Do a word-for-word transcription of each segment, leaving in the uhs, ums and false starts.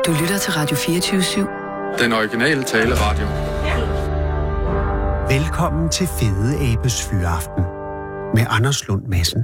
Du lytter til Radio fireogtyve syv. Den originale taleradio. Velkommen til Fede Abes Fyraften med Anders Lund Madsen.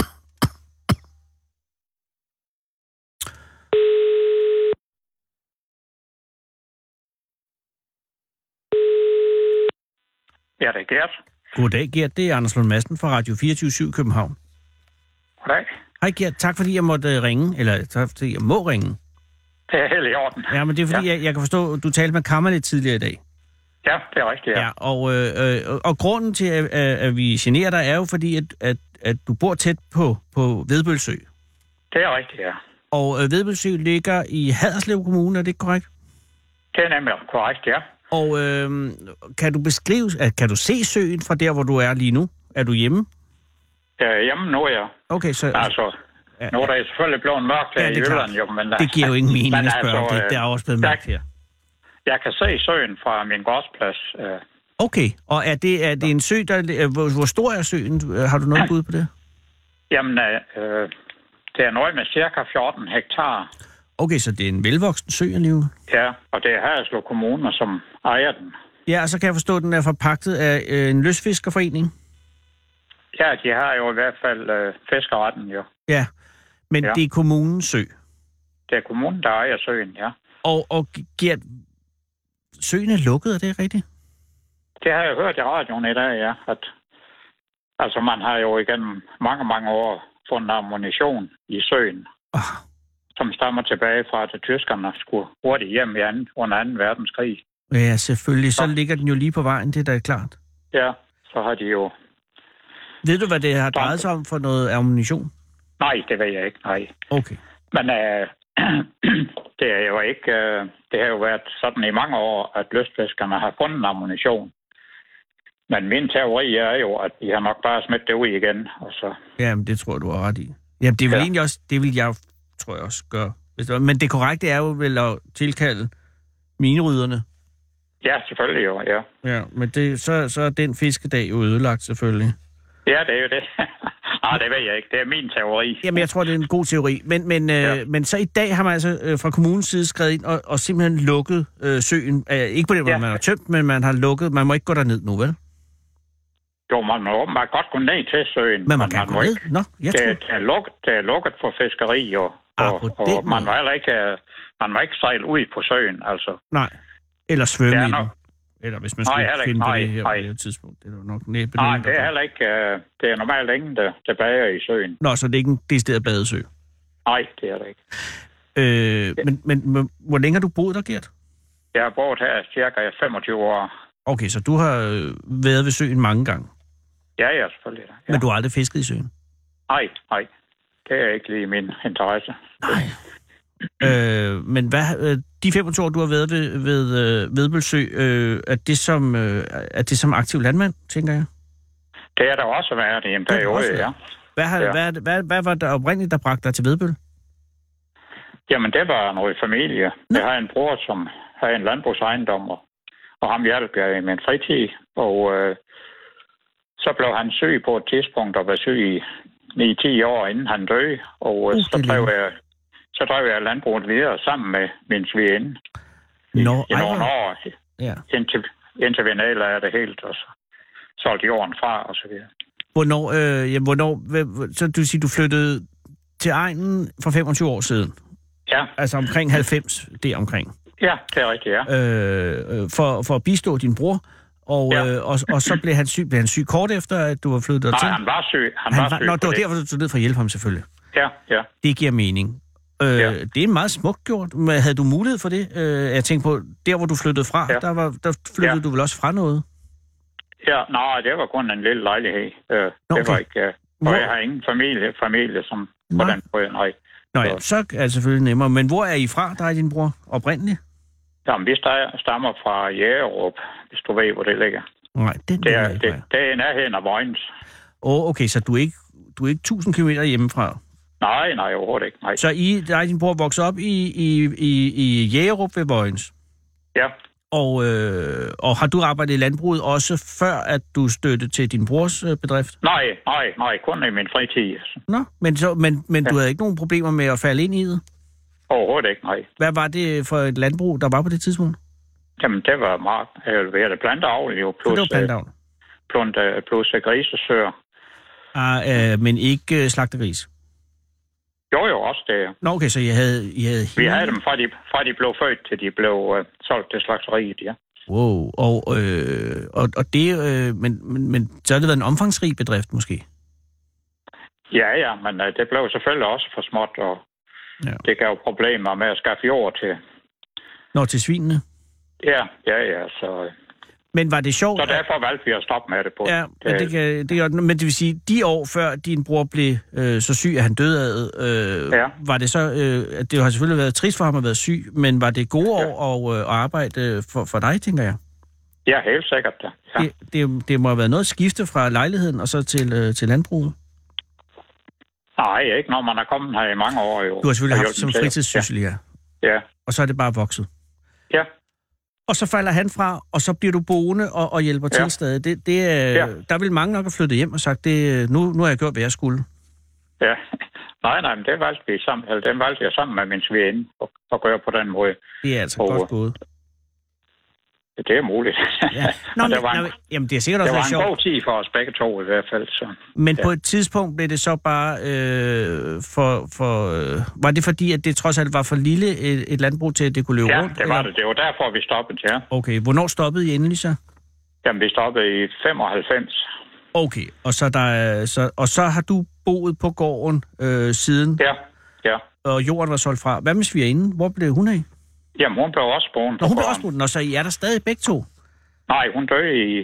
Ja, det er Gert. Goddag, Gert. Det er Anders Lund Madsen fra Radio fireogtyve syv København. Goddag. Hej, Gert. Tak fordi jeg måtte ringe, eller tak fordi jeg må ringe. Det er helt i orden. Ja, men det er fordi, ja. jeg, jeg kan forstå, at du talte med Kammer lidt tidligere i dag. Ja, det er rigtigt, ja. Ja, og, øh, øh, og grunden til, at, at vi generer dig, er jo fordi, at, at, at du bor tæt på, på Vedbølsø. Det er rigtigt, ja. Og øh, Vedbølsø ligger i Haderslev Kommune, er det ikke korrekt? Det er nemlig korrekt, ja. Og øh, kan du beskrive, at, kan du se søen fra der, hvor du er lige nu? Er du hjemme? Ja, hjemme nu, ja. Okay, så... Altså, ja, nu er der selvfølgelig blevet mørkt her ja, i Jylland, jo, men... Det giver jo ingen mening at spørge altså, om det. Det er også blevet mørkt her. Jeg kan se søen fra min gårdsplads. Øh. Okay, og er det, er det en sø, der... Hvor, hvor stor er søen? Har du noget bud på det? Jamen, øh, det er noget med cirka fjorten hektar. Okay, så det er en velvoksen sø alligevel? Ja, og det er Haderslev Kommune, som ejer den. Ja, og så kan jeg forstå, at den er forpagtet af øh, en lystfiskerforening? Ja, de har jo i hvert fald øh, fiskeretten, jo. Ja, men ja. Det er kommunens sø? Det er kommunen, der ejer søen, ja. Og, og Gert, søen er lukket, er det rigtigt? Det har jeg hørt i radioen i dag, ja. At, altså, man har jo igennem mange, mange år fundet ammunition i søen, oh. som stammer tilbage fra, at tyskerne skulle hurtigt hjem i anden, under anden verdenskrig. Ja, selvfølgelig. Så, så ligger den jo lige på vejen, det er da klart. Ja, så har de jo... Ved du, hvad det har drejet sig om for noget ammunition? Nej, det ved jeg ikke, nej. Okay. Men øh, det er jo ikke... Øh, det har jo været sådan i mange år, at lystfiskerne har fundet ammunition. Men min teori er jo, at de har nok bare smidt det ud igen, og så... Jamen, det tror jeg, du har ret i. Jamen, det vil ja. egentlig også... Det vil jeg, tror jeg også, gøre. Men det korrekte er jo vel at tilkalde minerydderne. Ja, selvfølgelig jo, ja. Ja, men det, så, så er den fiskedag jo ødelagt, selvfølgelig. Ja, det er jo det. Nej, det ved jeg ikke. Det er min teori. Jamen, jeg tror, det er en god teori. Men, men, ja. øh, men så i dag har man altså øh, fra kommunens side skrevet ind og, og simpelthen lukket øh, søen. Æh, ikke på den måde, ja. man har tømt, men man har lukket. Man må ikke gå derned nu, vel? Jo, man må åbenbart godt gå ned til søen. Men man, man kan gå ned? Nå, jeg det, tror... det, er lukket, det er lukket for fiskeri, og, ah, og, og man må heller ikke, man må ikke sejle ud på søen, altså. Nej, eller svømme i nok... den. Eller hvis man skal nej, finde på det her nej. på det tidspunkt. Det er nok næppe nej, det er heller ikke... Uh, det er normalt ingen, der tilbage i søen. Nå, så det er ikke en decideret badesø? Nej, det er det ikke. Øh, men, men, men hvor længe har du boet der, Gert? Jeg har boet her cirka femogtyve år. Okay, så du har været ved søen mange gange? Ja, ja, selvfølgelig. Ja. Men du har aldrig fisket i søen? Nej, nej. Det er ikke lige min interesse. Nej. Øh, men hvad, de femogtyve år, du har været ved, ved Vedbølsø, øh, er, det som, øh, er det som aktiv landmand, tænker jeg? Det er der også været i en periode, ja. Hvad, har, ja. Hvad, hvad, hvad var der oprindeligt, der bragte dig til Vedbøl? Jamen, det var noget familie. Nå. Jeg har en bror, som har en landbrugsejendom, og, og ham hjalp jeg i min fritid. Og øh, så blev han syg på et tidspunkt, og var syg i ni til ti år, inden han døde. Og uh, så drev jeg... Så drev jeg landbruget videre sammen med min svigerinde i, Nå, i nogle år, ja. indtil, indtil vi nedlagde det helt, og så solgte jorden fra, og så videre. Hvornår, øh, ja, hvornår, så du siger, du flyttede til egnen for femogtyve år siden? Ja. Altså omkring halvfems, det omkring? Ja, det er rigtigt, ja. Øh, for, for at bistå din bror, og, ja. øh, og, og så blev han syg. Blev han syg kort efter, at du var flyttet dertil? Nej, han var syg. Han, han var, var syg. Nå, det var derfor, du tog ned for at hjælpe ham, selvfølgelig. Ja, ja. Det giver mening. Øh, ja. Det er meget smukt gjort. Men havde du mulighed for det? Øh, jeg tænkte på, der hvor du flyttede fra, ja. der, var, der flyttede ja. du vel også fra noget? Ja, nej, det var kun en lille lejlighed. Øh, Nå, okay. Det var ikke... Øh, og jeg har ingen familie, familie som på den måde, nej. Nå ja, så er det selvfølgelig nemmere. Men hvor er I fra, dig og din bror, oprindeligt? Jamen, vi stammer fra Jægerup, hvis du ved, hvor det ligger. Nej, den det er, det, det er nærheden af Vojens. Åh, oh, okay, så du er ikke, du er ikke tusind kilometer hjemmefra? Nej, nej, overhovedet ikke. Nej. Så I, dig og din bror voksede op i, i, i, i Jægerup ved Vojens? Ja. Og, øh, og har du arbejdet i landbruget også før, at du støttede til din brors øh, bedrift? Nej, nej, nej, kun i min fritid. Altså. Nå, men, så, men, men ja. Du havde ikke nogen problemer med at falde ind i det? Overhovedet ikke, nej. Hvad var det for et landbrug, der var på det tidspunkt? Jamen, det var mark, eller det planteavl jo, plus, det var planteavl. plus, plus, plus grisesøer. Ah, øh, men ikke øh, slagtegris? Jo, jo, også det. Nå, okay, så I havde... I havde Vi havde dem fra de, fra de blev født, til de blev øh, solgt til slagteriet, ja. Wow, og, øh, og, og det... Øh, men, men, men så har det været en omfangsrig bedrift, måske? Ja, ja, men øh, det blev selvfølgelig også for småt, og ja. Det gav problemer med at skaffe jord til... Nå, til svinene? Ja, ja, ja, så... Men var det sjovt? Så derfor valgte vi at stoppe med det på. Ja, men det, kan, det, men det vil sige, de år før din bror blev øh, så syg, at han døde af, øh, ja. Var det så... Øh, det har selvfølgelig været trist for ham at være syg, men var det gode år ja. at øh, arbejde for, for dig, tænker jeg? Ja, helt sikkert, ja. Det, det, det må have været noget skifte fra lejligheden og så til, øh, til landbruget? Nej, ikke når man er kommet her i mange år. Jo. Du har selvfølgelig haft som fritidssyssel, ja. Ja. Og så er det bare vokset? Ja. Og så falder han fra, og så bliver du boende og, og hjælper ja. til stadig. Det, det, ja. Der vil mange nok have flyttet hjem og sagt, det, nu, nu har jeg gjort, hvad jeg skulle. Ja. Nej, nej, men det valgte vi sammen, eller den valgte jeg sammen med min svigerinde at, at gøre på den måde. Det er altså og, godt gået. Det er muligt. Ja. Nå, men, det var en, nå, jamen, det er sikkert også det var en sjovt. god tid for os begge to i hvert fald. Så. Men ja. på et tidspunkt blev det så bare øh, for... for øh, var det fordi, at det trods alt var for lille et, et landbrug til, at det kunne løbe ja, rundt? Ja, det var eller? det. Det var derfor, vi stoppede, ja. Okay, hvornår stoppede I endelig så? Jamen, vi stoppede i femoghalvfems. Okay, og så, der, så, og så har du boet på gården øh, siden? Ja, ja. Og jorden var solgt fra. Hvad med svigerinden? Hvor blev hun af? Jamen, hun blev også boende. Nå, hun blev også boende. Nå, så I er der stadig begge to? Nej, hun døde i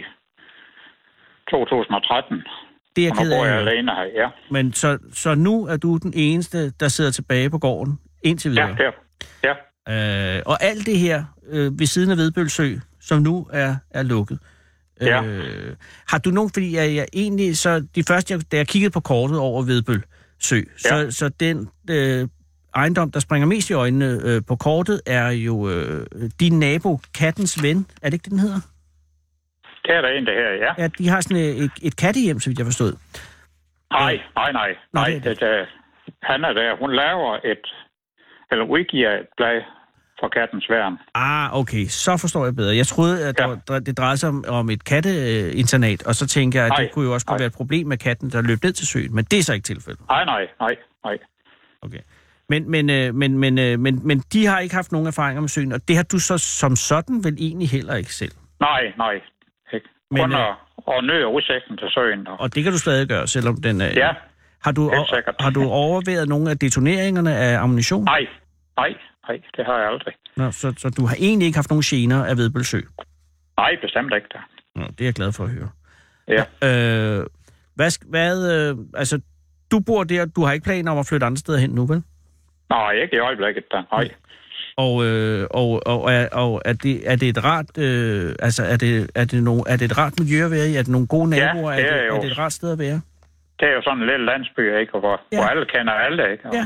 to tusind og tretten. Det er ked af. Og nu bor jeg alene her, ja. Men så, så nu er du den eneste, der sidder tilbage på gården indtil videre? Ja, ja. ja. Øh, og alt det her øh, ved siden af Vedbølsø, som nu er, er lukket. Ja. Øh, har du nogen, fordi jeg, jeg egentlig, så de første, jeg, da jeg kiggede på kortet over Vedbølsø, ja. så, så den øh, ejendom, der springer mest i øjnene øh, på kortet, er jo øh, din nabo, Kattens Ven. Er det ikke det, den hedder? Det er der en, det her, ja. Ja, de har sådan et, et kattehjem, så vidt jeg forstod. Nej, nej, nej. Nå, nej det, det. Det, det, han er der. Hun laver et, eller udgiver et blad for Kattens Værn. Ah, okay. Så forstår jeg bedre. Jeg troede, at ja. der, det drejede sig om, om et katteinternat, og så tænker jeg, at nej, det kunne jo også kunne være et problem med katten, der løb ned til søen. Men det er så ikke tilfældet. Nej, nej, nej, nej. Okay. Men, men, men, men, men, men de har ikke haft nogen erfaringer med søen, og det har du så som sådan vel egentlig heller ikke selv? Nej, nej. Ikke. Men, Kun at, at nøde udsigten til søen. Og... og det kan du stadig gøre, selvom den er... Ja, har du, har du overvejet nogle af detoneringerne af ammunition? Nej, nej, nej, det har jeg aldrig. Nå, så, så du har egentlig ikke haft nogen gener af Vedbølsø? Nej, bestemt ikke da. Nå, det er jeg glad for at høre. Ja. Øh, hvad, hvad, øh, altså, du bor der, du har ikke planer om at flytte andre steder hen nu, vel? Nej, ikke i øjeblikket da, nej. Og, øh, og, og, og, og er, det, er det et rart, øh, altså er det, er, det no, er det et rart miljø at være i? Er det nogle gode naboer? Ja, det er, er, det, jo, er det et rart sted at være? Det er jo sådan en lille landsby, ikke? Hvor, ja. hvor alle kender alle, ikke? Og, ja.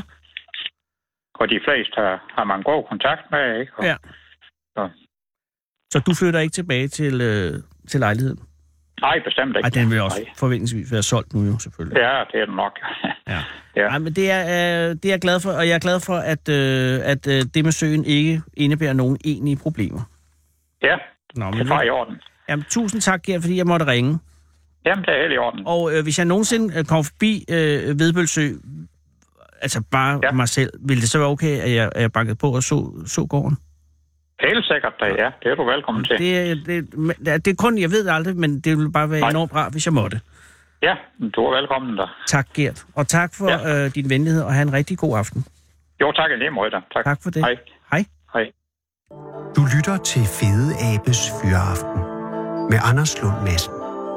og de fleste har, har man god kontakt med, ikke? Og, ja. Så. så du flytter ikke tilbage til, øh, til lejligheden? Nej, bestemt ikke. Ej, den vil også forventningsvis være solgt nu jo, selvfølgelig. Ja, det er den nok. ja. ja. Ej, men det er, øh, det er jeg glad for, og jeg er glad for, at, øh, at øh, det med søen ikke indebærer nogen egentlige problemer. Ja, Nå, det er i orden. Jamen, tusind tak, Gert, fordi jeg måtte ringe. Jamen, det er helt i orden. Og øh, hvis jeg nogensinde kommer forbi øh, Vedbølsø, altså bare ja. mig selv, ville det så være okay, at jeg, at jeg bankede på og så, så gården? Helt sikkert, da, ja. Det er du velkommen til. Det, det, det, det er kun, jeg ved det aldrig, men det ville bare være Nej. enormt bra, hvis jeg måtte. Ja, du er velkommen der. Tak, Gert. Og tak for ja. øh, din venlighed, og have en rigtig god aften. Jo, tak lige måde da. Tak. Tak for det. Hej. Hej. Hej. Du lytter til Fede Abes Fyraften med Anders Lund Madsen.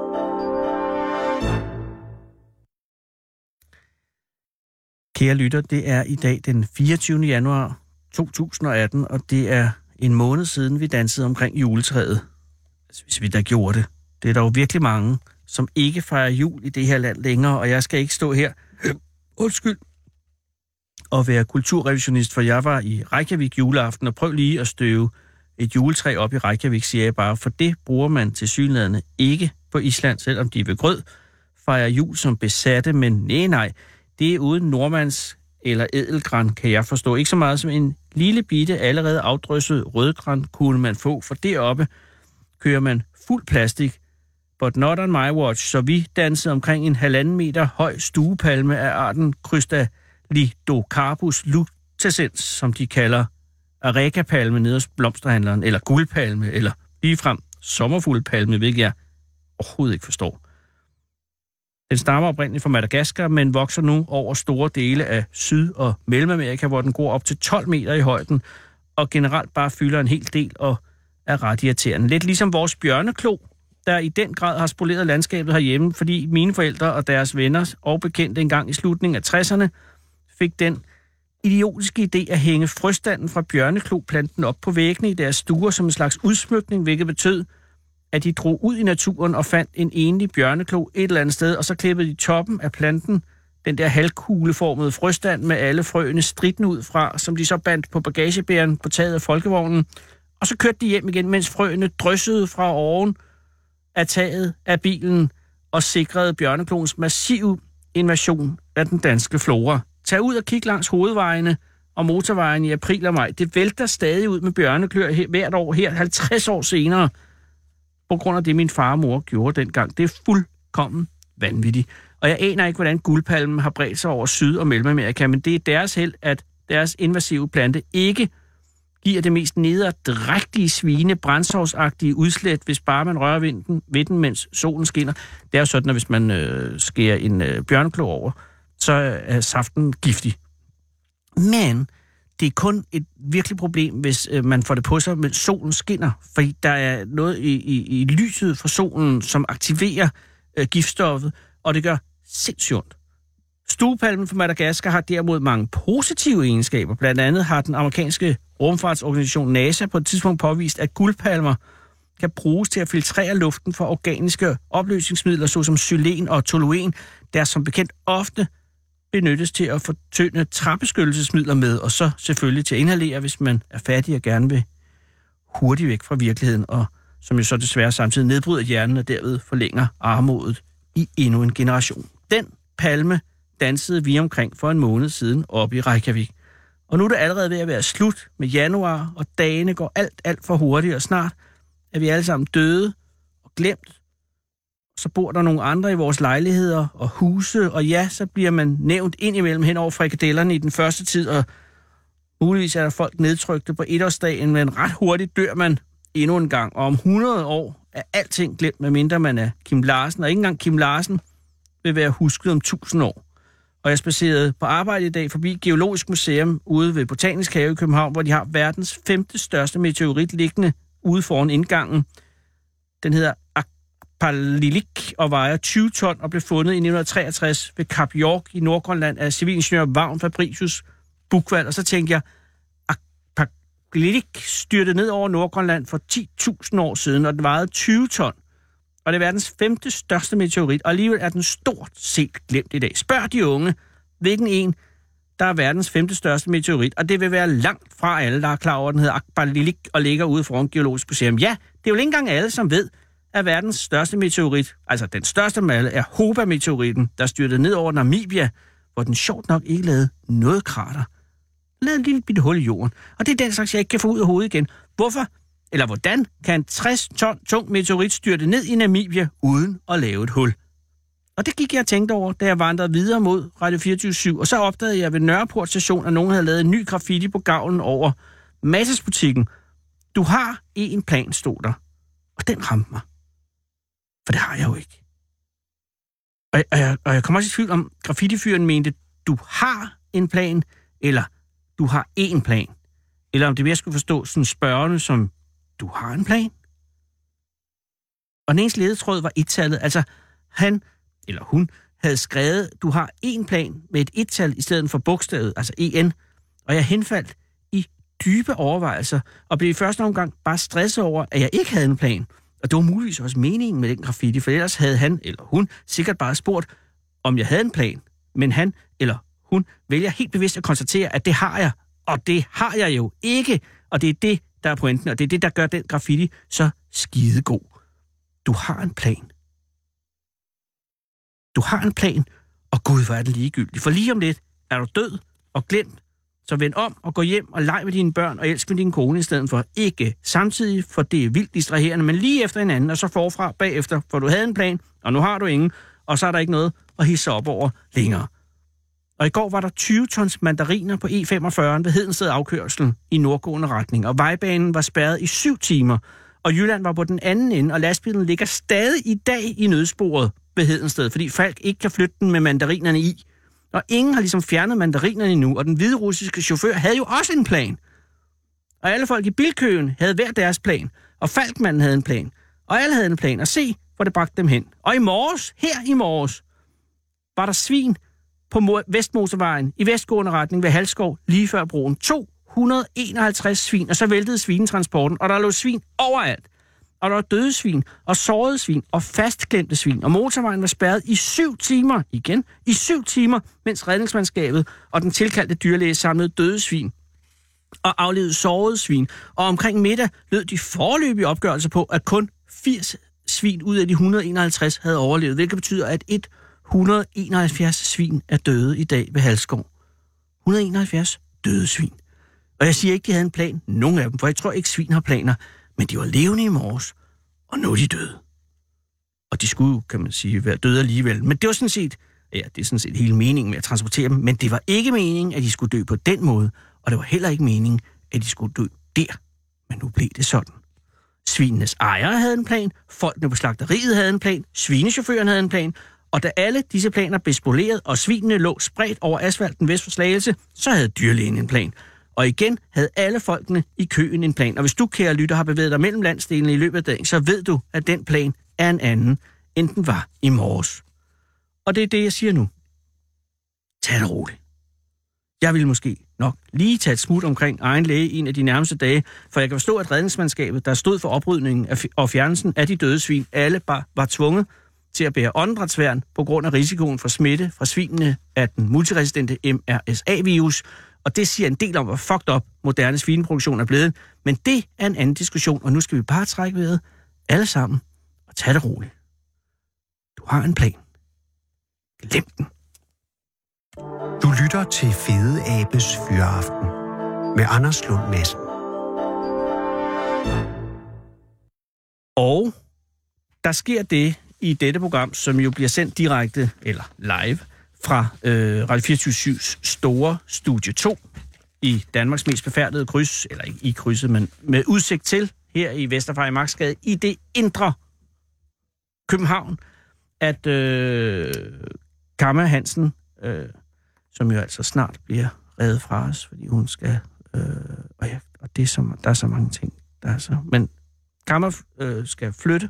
Kære lytter, det er i dag den fireogtyvende januar to tusind og atten, og det er en måned siden, vi dansede omkring juletræet. Altså, hvis vi da gjorde det. Det er dog virkelig mange, som ikke fejrer jul i det her land længere, og jeg skal ikke stå her, undskyld, og være kulturrevisionist, for jeg var i Reykjavik juleaften, og prøv lige at støve et juletræ op i Reykjavik, siger jeg bare, for det bruger man til synlædende ikke på Island, selvom de ved grød fejrer jul som besatte, men nej, nej, det er uden nordmands eller ædelgran, kan jeg forstå. Ikke så meget som en lille bitte, allerede afdrysset rødgran kunne man få, for deroppe kører man fuld plastik. But not on my watch, så vi dansede omkring en halvanden meter høj stuepalme af arten Crystallidocarpus luteensens, som de kalder arekapalme nede hos blomsterhandleren, eller guldpalme, eller ligefrem sommerfuglpalme, hvilket jeg overhovedet ikke forstår. Den stammer oprindeligt fra Madagaskar, men vokser nu over store dele af Syd- og Mellemamerika, hvor den går op til tolv meter i højden, og generelt bare fylder en hel del og er ret irriterende. Lidt ligesom vores bjørneklo, der i den grad har spoleret landskabet herhjemme, fordi mine forældre og deres venner og bekendte engang i slutningen af tresserne fik den idiotiske idé at hænge frøstanden fra bjørnekloplanten op på væggene i deres stuer som en slags udsmykning, hvilket betød, at de drog ud i naturen og fandt en enlig bjørneklo et eller andet sted, og så klippede de toppen af planten, den der halvkugleformede frøstand med alle frøene stridende ud fra, som de så bandt på bagagebæren på taget af folkevognen, og så kørte de hjem igen, mens frøene dryssede fra oven af taget af bilen og sikrede bjørnekloens massive invasion af den danske flora. Tag ud og kig langs hovedvejene og motorvejen i april og maj. Det vælter stadig ud med bjørneklør hvert år her, halvtreds år senere, på grund af det, min far og mor gjorde dengang. Det er fuldkommen vanvittigt. Og jeg aner ikke, hvordan guldpalmen har bredt sig over Syd- og Mellemamerika, men det er deres held, at deres invasive plante ikke giver det mest nederdrægtige, svine, brændsovsagtige udslæt, hvis bare man rører vinden, ved den, mens solen skinner. Det er jo sådan, at hvis man øh, skærer en øh, bjørneklo over, så er saften giftig. Men det er kun et virkelig problem, hvis øh, man får det på sig, mens solen skinner. Fordi der er noget i, i, i lyset fra solen, som aktiverer øh, giftstoffet, og det gør sindssygt ondt. Stuepalmen fra Madagaskar har derimod mange positive egenskaber. Blandt andet har den amerikanske rumfartsorganisation NASA på et tidspunkt påvist, at guldpalmer kan bruges til at filtrere luften for organiske opløsningsmidler, såsom xylen og toluen, der som bekendt ofte benyttes til at fortynde træbeskyttelsesmidler med, og så selvfølgelig til at inhalere, hvis man er fattig og gerne vil hurtigt væk fra virkeligheden, og som jo så desværre samtidig nedbryder hjernen og derved forlænger armodet i endnu en generation. Den palme dansede vi omkring for en måned siden oppe i Reykjavik. Og nu er det allerede ved at være slut med januar, og dagene går alt, alt for hurtigt, og snart er vi alle sammen døde og glemt. Så bor der nogle andre i vores lejligheder og huse, og ja, så bliver man nævnt indimellem hen over frikadellerne i den første tid, og muligvis er der folk nedtrykte på etårsdagen, men ret hurtigt dør man endnu en gang. Og om hundrede år er alting glemt, medmindre man er Kim Larsen, og ikke engang Kim Larsen vil være husket om tusind år. Og jeg spacerede på arbejde i dag forbi Geologisk Museum ude ved Botanisk Have i København, hvor de har verdens femte største meteorit liggende ude foran indgangen. Den hedder Akpalilik og vejer tyve ton og blev fundet i nitten treogtres ved Kap York i Nordgrønland af civilingeniør Vagn Fabricius Buchwald. Og så tænkte jeg, Akpalilik styrte ned over Nordgrønland for ti tusind år siden, og den vejede tyve ton. Og det er verdens femte største meteorit, og alligevel er den stort set glemt i dag. Spørg de unge, hvilken en, der er verdens femte største meteorit, og det vil være langt fra alle, der er klar over, at den hedder Akpalilik og ligger ude foran Geologisk Museum. Ja, det er jo ikke engang alle, som ved, at verdens største meteorit, altså den største af alle, er Hoba-meteoritten, der styrtede ned over Namibia, hvor den sjovt nok ikke lavede noget krater. Lavede et lille bitte hul i jorden. Og det er den slags, jeg ikke kan få ud af hovedet igen. Hvorfor? Eller hvordan kan en tres ton tung meteorit styrte ned i Namibia uden at lave et hul? Og det gik jeg og tænkte over, da jeg vandrede videre mod Radio fireogtyve syv, og så opdagede jeg ved Nørreport station, at nogen havde lavet en ny graffiti på gavlen over Matas-butikken. Du har en plan, stod der. Og den ramte mig. For det har jeg jo ikke. Og jeg, og jeg, og jeg kommer også i tvivl om, graffitifyren mente, du har en plan, eller du har en plan. Eller om det mere skulle forstå sådan spørgende som, du har en plan? Og den eneste ledetråd var et-tallet. Altså, han eller hun havde skrevet, du har en plan med et et-tal i stedet for bogstavet, altså en. Og jeg henfaldt i dybe overvejelser, og blev i første omgang bare stresset over, at jeg ikke havde en plan. Og det var muligvis også meningen med den graffiti, for ellers havde han eller hun sikkert bare spurgt, om jeg havde en plan. Men han eller hun vælger helt bevidst at konstatere, at det har jeg. Og det har jeg jo ikke. Og det er det, der er pointen, og det er det, der gør den graffiti så skidegod. Du har en plan. Du har en plan, og gud, hvor er det ligegyldigt. For lige om lidt er du død, og glemt. Så vend om og gå hjem og leg med dine børn og elsk med din kone i stedet for. Ikke samtidig, for det er vildt distraherende, men lige efter hinanden, og så forfra bagefter, for du havde en plan, og nu har du ingen, og så er der ikke noget at hisse sig op over længere. Og i går var der tyve tons mandariner på E femogfyrre ved Hedensted afkørslen i nordgående retning, og vejbanen var spærret i syv timer, og Jylland var på den anden ende, og lastbilen ligger stadig i dag i nødsporet ved Hedensted, fordi Falk ikke kan flytte den med mandarinerne i. Og ingen har ligesom fjernet mandarinerne endnu, og den hvide russiske chauffør havde jo også en plan. Og alle folk i bilkøen havde hver deres plan, og Falkmanden havde en plan, og alle havde en plan, og se, hvor det bragte dem hen. Og i morges, her i morges, var der svin på Vestmotorvejen i vestgående retning ved Halskov lige før broen. to hundrede og enoghalvtreds svin, og så væltede svinetransporten, og der lå svin overalt. Og der var døde svin, og sårede svin, og fastklemte svin. Og motorvejen var spærret i syv timer, igen, i syv timer, mens redningsmandskabet og den tilkaldte dyrlæge samlede døde svin og aflevede sårede svin. Og omkring middag lød de foreløbige opgørelser på, at kun firs svin ud af de et hundrede og enoghalvtreds havde overlevet, hvilket betyder, at et hundrede og enoghalvfjerds svin er døde i dag ved Halskov. et hundrede og enoghalvfjerds døde svin. Og jeg siger ikke, de havde en plan, nogen af dem, for jeg tror ikke, svin har planer, men de var levende i morges, og nu er de døde. Og de skulle, kan man sige, være døde alligevel. Men det var sådan set, ja, det er sådan set hele meningen med at transportere dem, men det var ikke meningen, at de skulle dø på den måde, og det var heller ikke meningen, at de skulle dø der. Men nu blev det sådan. Svinenes ejere havde en plan, folkene på slagteriet havde en plan, svinechaufføren havde en plan, og da alle disse planer blev spoleret, og svinene lå spredt over asfalten vest for Slagelse, så havde dyrlægen en plan. Og igen havde alle folkene i køen en plan. Og hvis du, kære lytter, har bevæget dig mellem landsdelene i løbet af dagen, så ved du, at den plan er en anden, end den var i morges. Og det er det, jeg siger nu. Tag det roligt. Jeg vil måske nok lige tage et smut omkring egen læge en af de nærmeste dage, for jeg kan forstå, at redningsmandskabet, der stod for oprydningen og fjernelsen af de døde svin, alle bare var tvunget til at bære åndedrætsværn på grund af risikoen for smitte fra svinene af den multiresistente M R S A-virus. Og det siger en del om, hvor fucked up moderne svineproduktion er blevet. Men det er en anden diskussion, og nu skal vi bare trække vejret alle sammen og tage det roligt. Du har en plan. Glem den. Du lytter til Fede Abes Fyraften med Anders Lund Madsen. Og der sker det i dette program, som jo bliver sendt direkte, eller live, fra øh, Radio fireogtyve syvs store Studie to i Danmarks mest befærdede kryds, eller ikke i krydset, men med udsigt til, her i Vesterfarimagsgade, i det indre København, at øh, Kamma Hansen, øh, som jo altså snart bliver reddet fra os, fordi hun skal, øh, og, ja, og det er så, der er så mange ting, der er så, men Kamma øh, skal flytte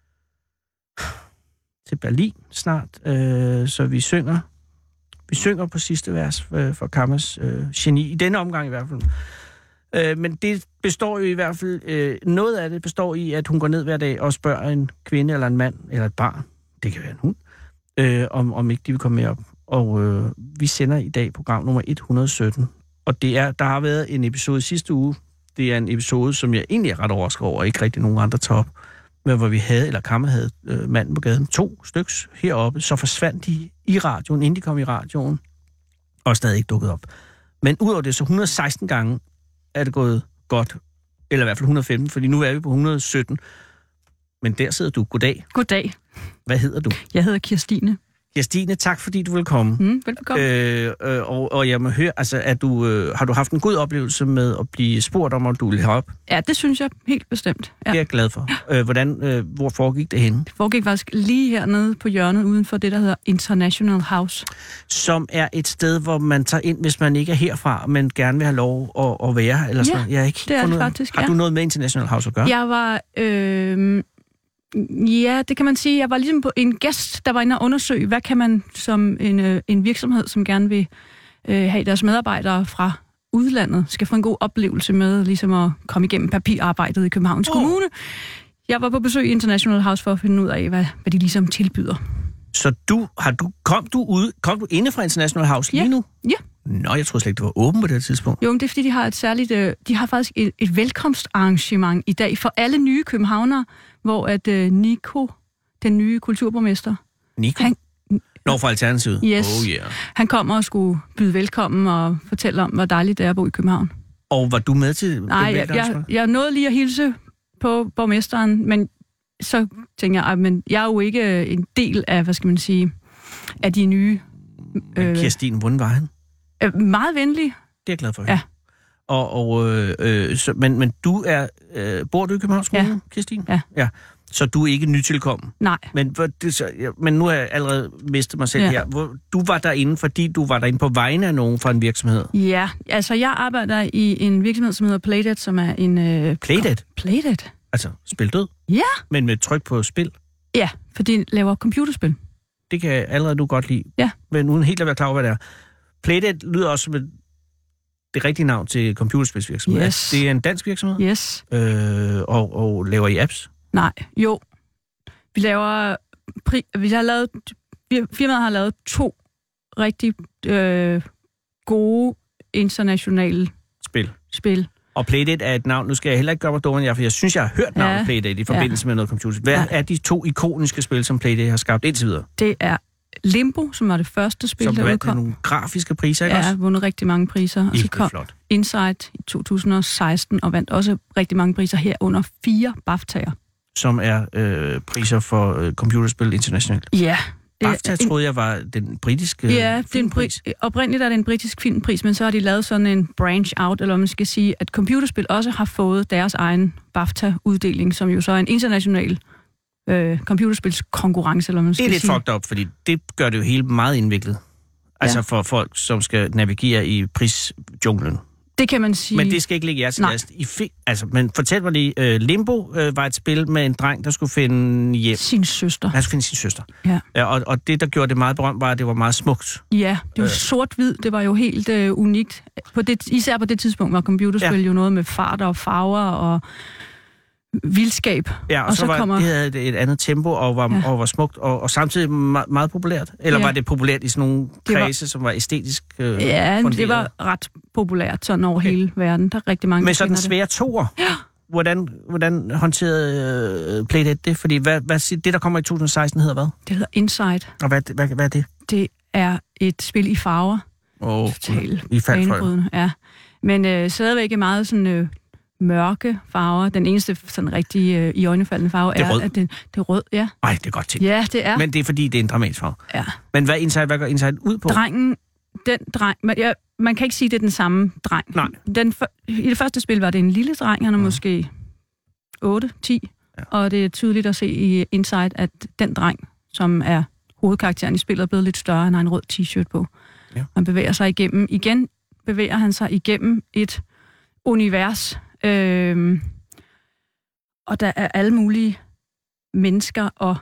til Berlin snart, øh, så vi synger Vi synger på sidste vers for, for Kammas øh, geni, i denne omgang i hvert fald. Øh, men det består jo i hvert fald, øh, noget af det består i, at hun går ned hver dag og spørger en kvinde eller en mand, eller et barn, det kan være en hund, øh, om, om ikke de vil komme med op. Og øh, vi sender i dag program nummer et hundrede og sytten, og det er, der har været en episode sidste uge, det er en episode, som jeg egentlig er ret overrasket over, ikke rigtig nogen andre top, men hvor vi havde, eller Kamma havde øh, manden på gaden, to styks heroppe, så forsvandt de i radioen, inden de kom i radioen, og stadig ikke dukket op. Men udover det, så et hundrede og seksten gange er det gået godt, eller i hvert fald et hundrede og femten, fordi nu er vi på et hundrede og sytten. Men der sidder du. Goddag. Goddag. Hvad hedder du? Jeg hedder Kirstine. Kirstine, tak fordi du vil komme. Mm, velbekomme. Øh, øh, og, og jeg må høre, altså, er du, øh, har du haft en god oplevelse med at blive spurgt om, at du vil herop? Ja, det synes jeg helt bestemt. Ja. Det er jeg glad for. Øh, hvordan, øh, hvor foregik det henne? Det foregik faktisk lige hernede på hjørnet uden for det, der hedder International House. Som er et sted, hvor man tager ind, hvis man ikke er herfra, men gerne vil have lov at, at være. Eller sådan. Ja, jeg er ikke det er det noget. faktisk, Har ja. du noget med International House at gøre? Jeg var... Øh, ja, det kan man sige. Jeg var ligesom på en gæst, der var inde og undersøge, hvad kan man som en, øh, en virksomhed, som gerne vil øh, have deres medarbejdere fra udlandet, skal få en god oplevelse med ligesom at komme igennem papirarbejdet i Københavns oh. Kommune. Jeg var på besøg i International House for at finde ud af, hvad, hvad de ligesom tilbyder. Så du, har du, kom du ud, kom du inde fra International House ja. lige nu? Ja. Nå, jeg troede slet ikke, det var åbent på det tidspunkt. Jo, men det er fordi, de har et særligt, øh, de har faktisk et, et velkomstarrangement i dag for alle nye københavnere, hvor at øh, Nico, den nye kulturborgmester, Nico? Han, Nå, fra Alternativet? Yes. Oh yeah. Han kommer og skulle byde velkommen og fortælle om, hvor dejligt det er at bo i København. Og var du med til... Nej, jeg, jeg, jeg nåede lige at hilse på borgmesteren, men så tænker jeg, men jeg er jo ikke en del af, hvad skal man sige, af de nye... Øh, Kirstine, hvordan var han? Øh, meget venlig. Det er jeg glad for. Ja. Og, og, øh, øh, så, men, men du er... Øh, bor du i Københavns Kommune, ja. Kirstine? Ja. Ja. Så du er ikke nytilkommen? Nej. Men, hvor, det, så, ja, men nu har jeg allerede mistet mig selv ja. her. Hvor, du var derinde, fordi du var derinde på vegne af nogen fra en virksomhed? Ja, altså jeg arbejder i en virksomhed, som hedder Playdead, som er en... Øh, Playdead? Playdead. Altså, spil død? Ja. Men med tryk på spil? Ja, for de laver computerspil. Det kan jeg allerede nu godt lide. Ja. Men uden helt at være klar over, hvad det er. Playdead lyder også som et, det rigtige navn til computerspilsvirksomhed. Yes. Det er en dansk virksomhed? Yes. Øh, og, og laver I apps? Nej, jo. Vi laver... Pri- vi har lavet... Firmaet har lavet to rigtig øh, gode internationale spil. spil. Og Playdead er et navn, nu skal jeg heller ikke gøre mig dummere end jer, for jeg synes, jeg har hørt navnet ja. Playdead i forbindelse ja. med noget computer. Hvad ja. er de to ikoniske spil, som Playdead har skabt indtil videre? Det er Limbo, som var det første spil, som der udkom. Som nogle grafiske priser, ikke ja, også? Ja, vundet rigtig mange priser. Og så kom flot. Inside i to tusind og seksten og vandt også rigtig mange priser her under fire BAFTA'er. Som er øh, priser for øh, computerspil internationalt. Ja. BAFTA troede jeg var den britiske ja, det filmpris. Ja, oprindeligt er det en britisk filmpris, men så har de lavet sådan en branch out, eller man skal sige, at computerspil også har fået deres egen BAFTA-uddeling, som jo så er en international øh, computerspilskonkurrence, eller man skal sige. Det er lidt sige. fucked up, fordi det gør det jo helt meget indviklet. Altså ja. for folk, som skal navigere i prisjunglen. Det kan man sige. Men det skal ikke ligge jer til last. I fi- altså, men fortæl mig lige, uh, Limbo uh, var et spil med en dreng, der skulle finde hjem. Sin søster. Han skulle finde sin søster. Ja. Ja, og, og det, der gjorde det meget berømt, var, at det var meget smukt. Ja, det var øh. sort-hvid. Det var jo helt uh, unikt. På det, især på det tidspunkt var computerspil ja. jo noget med farter og farver og vildskab. Ja, og, og så, så var kommer... det havde et, et andet tempo og var, ja. og var smukt, og, og samtidig meget, meget populært. Eller ja. var det populært i sådan nogle kredse, var... som var æstetisk øh, Ja, funderet? det var ret populært sådan over okay. hele verden. Der er rigtig mange, men så den svære toer, ja. hvordan, hvordan håndterede øh, Playdead det? Fordi hvad, hvad, det, der kommer i to tusind og seksten, hedder hvad? Det hedder Inside. Og hvad, hvad, hvad er det? Det er et spil i farver. Åh, oh, i faldfrøden. Ja. Men øh, stadigvæk er meget sådan... Øh, mørke farver. Den eneste sådan rigtig øh, i øjnefaldende farve er, er at det, det er rød, ja. Nej, det er godt til. Ja, det er. Men det er fordi, det er en dramatisk farve. Ja. Men hvad, Inside, hvad går Inside ud på? Drengen, den dreng... Man, ja, man kan ikke sige, det er den samme dreng. Nej. Den, I det første spil var det en lille dreng, han er mm. måske otte ti, ja. Og det er tydeligt at se i Inside, at den dreng, som er hovedkarakteren i spillet, er blevet lidt større, han har en rød t-shirt på. Ja. Han bevæger sig igennem. Igen bevæger han sig igennem et univers. Øhm, og der er alle mulige mennesker og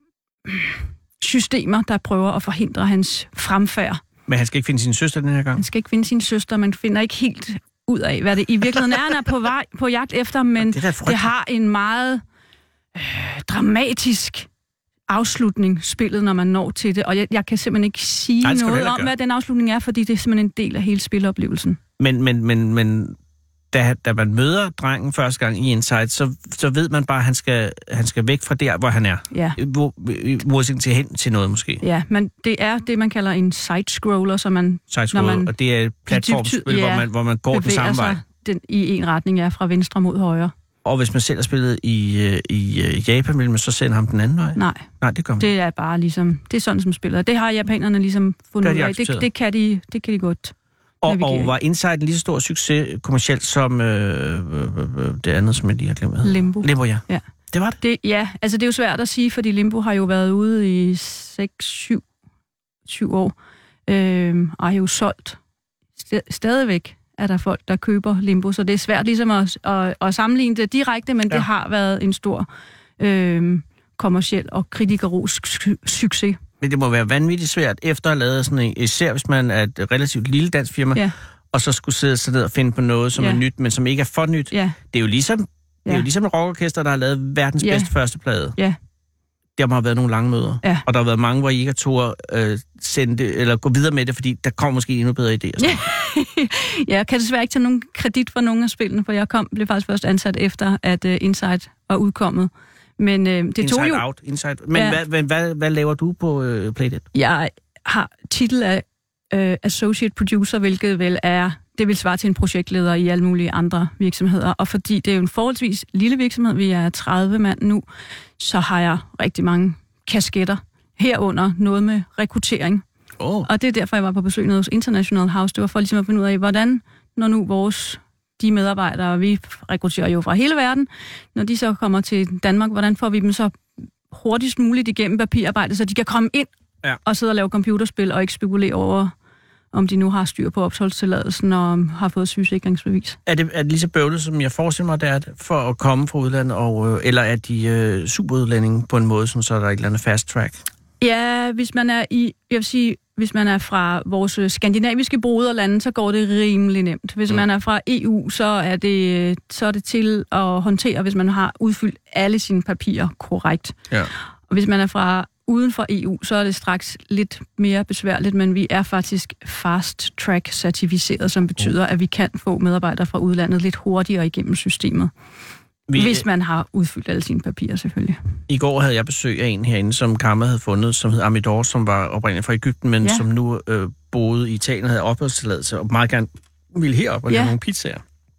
systemer, der prøver at forhindre hans fremfærd. Men han skal ikke finde sin søster den her gang? Han skal ikke finde sin søster, man finder ikke helt ud af, hvad det i virkeligheden er, han er på, vej, på jagt efter, men det, det har en meget øh, dramatisk afslutning, spillet, når man når til det. Og jeg, jeg kan simpelthen ikke sige Nej, noget om, gøre. hvad den afslutning er, fordi det er simpelthen en del af hele spiloplevelsen. Men, men, men, men da, da man møder drengen første gang i Inside, så, så ved man bare, at han skal, han skal væk fra der, hvor han er. Ja. Hvor, hvor til hen til noget, måske. Ja, men det er det, man kalder en side-scroller, så man... Side-scroller, man, og det er et platformspil, ja, hvor, man, hvor man går den samme vej. Den, i en retning, ja, fra venstre mod højre. Og hvis man selv har spillet i, i Japan, vil man så sende ham den anden vej? Nej. Nej, det gør man. Det er bare ligesom... Det er sådan, som spiller. Det har japanerne ligesom fundet ud af. Det, det, kan de, det kan de godt... Og, og var Inside en lige så stor succes kommercielt som øh, øh, det andet, som jeg lige har glemt? Limbo. Limbo, ja. ja. Det var det? det? Ja, altså det er jo svært at sige, fordi Limbo har jo været ude i seks syv år, øh, og har jo solgt. Stadigvæk er der folk, der køber Limbo, så det er svært ligesom at, at, at sammenligne det direkte, men ja. det har været en stor øh, kommerciel og kritikerros succes. Men det må være vanvittigt svært, efter at have lavet sådan en, især hvis man er et relativt lille dansk firma, ja. og så skulle sidde sig ned og finde på noget, som ja. er nyt, men som ikke er for nyt. Ja. Det er jo ligesom, det er ja. jo ligesom et rockorkester, der har lavet verdens ja. bedste første plade. Ja. Der har været nogle lange møder, ja. og der har været mange, hvor I ikke har turde øh, sende det, eller gå videre med det, fordi der kommer måske endnu bedre idéer. Ja. Jeg kan desværre ikke tage nogen kredit for nogle af spillene, for jeg kom, blev faktisk først ansat efter, at uh, Inside var udkommet. Men øh, det inside tog jo... out, inside. Men Ja. hvad, hvad, hvad, hvad laver du på øh, Playdead? Jeg har titel af øh, associate producer, hvilket vel er... Det vil svare til en projektleder i alle mulige andre virksomheder. Og fordi det er jo en forholdsvis lille virksomhed, vi er tredive mand nu, så har jeg rigtig mange kasketter. Herunder noget med rekruttering. Oh. Og det er derfor, jeg var på besøg nede hos International House. Det var for ligesom at finde ud af, hvordan, når nu vores, de medarbejdere, vi rekrutterer jo fra hele verden, når de så kommer til Danmark, hvordan får vi dem så hurtigst muligt igennem papirarbejde, så de kan komme ind ja. og sidde og lave computerspil og ikke spekulere over, om de nu har styr på opholdstilladelsen og har fået sygesikringsbevis. Er det, er det lige så bøvlet, som jeg forestiller mig, det er for at komme fra udlandet, og, øh, eller er de øh, superudlændinge på en måde, som så er der et eller andet fast track? Ja, hvis man er i, jeg vil sige, hvis man er fra vores skandinaviske broderlande, så går det rimelig nemt. Hvis mm. man er fra E U, så er, det, så er det til at håndtere, hvis man har udfyldt alle sine papirer korrekt. Ja. Og hvis man er fra uden for E U, så er det straks lidt mere besværligt, men vi er faktisk fast track certificeret, som betyder, at vi kan få medarbejdere fra udlandet lidt hurtigere igennem systemet. Vi, hvis man har udfyldt alle sine papirer, selvfølgelig. I går havde jeg besøg af en herinde, som Karma havde fundet, som hed Amidor, som var oprindeligt fra Egypten, men ja. som nu øh, boede i Italien og havde opholdstilladelse, og meget gerne ville herop og lave ja. nogle pizzaer.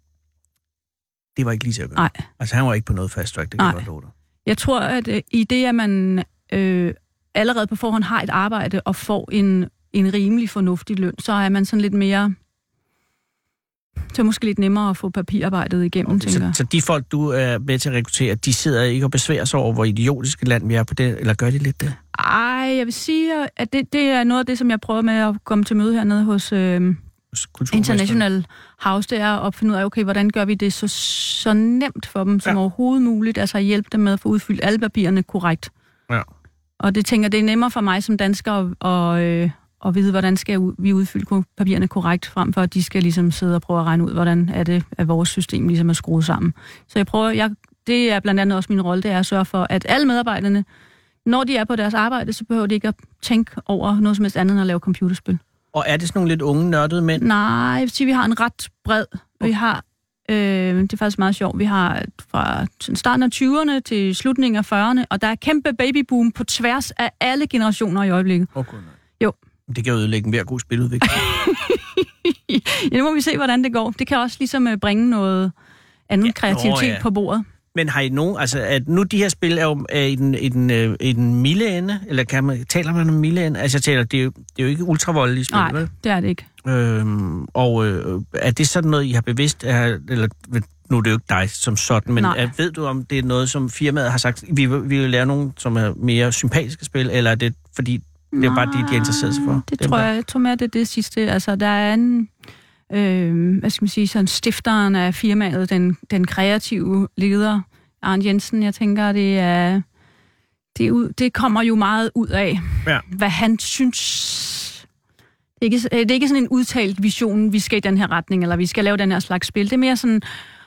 Det var ikke lige til at gøre. Nej. Altså, han var ikke på noget fast track, det kan jeg godt love dig. Jeg tror, at øh, i det, at man øh, allerede på forhånd har et arbejde og får en, en rimelig fornuftig løn, så er man sådan lidt mere... Så er måske lidt nemmere at få papirarbejdet igennem, okay, tænker så, så de folk, du er med til at rekruttere, de sidder ikke og besværer sig over, hvor idiotiske land vi er på det, eller gør de lidt det? Ej, jeg vil sige, at det, det er noget af det, som jeg prøver med at komme til møde hernede hos øh, International House, det er at finde ud af, okay, hvordan gør vi det så, så nemt for dem som ja. overhovedet muligt, altså at hjælpe dem med at få udfyldt alle papirerne korrekt. Ja. Og det tænker det er nemmere for mig som dansker at... at øh, og vide, hvordan skal vi udfylde papirerne korrekt, frem for at de skal ligesom sidde og prøve at regne ud, hvordan er det, at vores system ligesom er skruet sammen. Så jeg prøver, jeg, det er blandt andet også min rolle, det er at sørge for, at alle medarbejderne, når de er på deres arbejde, så behøver de ikke at tænke over noget som helst andet end at lave computerspil. Og er det sådan nogle lidt unge, nørdede mænd? Nej, jeg vil sige, vi har en ret bred. Okay. Vi har, øh, det er faktisk meget sjovt, vi har fra starten af tyverne til slutningen af fyrrerne, og der er kæmpe babyboom på tværs af alle generationer i øjeblikket. Okay. Jo. Det kan jo ødelægge en hver god spiludvikling. Ja, nu må vi se, hvordan det går. Det kan også ligesom bringe noget andet ja, kreativitet nå, ja. på bordet. Men har I nogen, altså at nu de her spil er jo er i, den, i, den, i den milde ende, eller kan man, taler man om milde ende? Altså jeg taler, det er jo, det er jo ikke ultravoldelige spil, Nej, vel? det er det ikke. Øhm, og øh, er det sådan noget, I har bevidst, er, eller nu er det jo ikke dig som sådan, men er, ved du, om det er noget, som firmaet har sagt, vi, vi vil lave nogle, som er mere sympatiske spil, eller er det fordi... Det er bare det, de er interesseret sig for. Det tror jeg, jeg tror mere, det er det sidste. Altså, der er en, øh, hvad skal man sige, sådan stifteren af firmaet, den, den kreative leder, Arne Jensen, jeg tænker, det er, det, er ud, det kommer jo meget ud af, ja. hvad han synes. Det er, ikke, det er ikke sådan en udtalt vision, vi skal i den her retning, eller vi skal lave den her slags spil. Det er mere sådan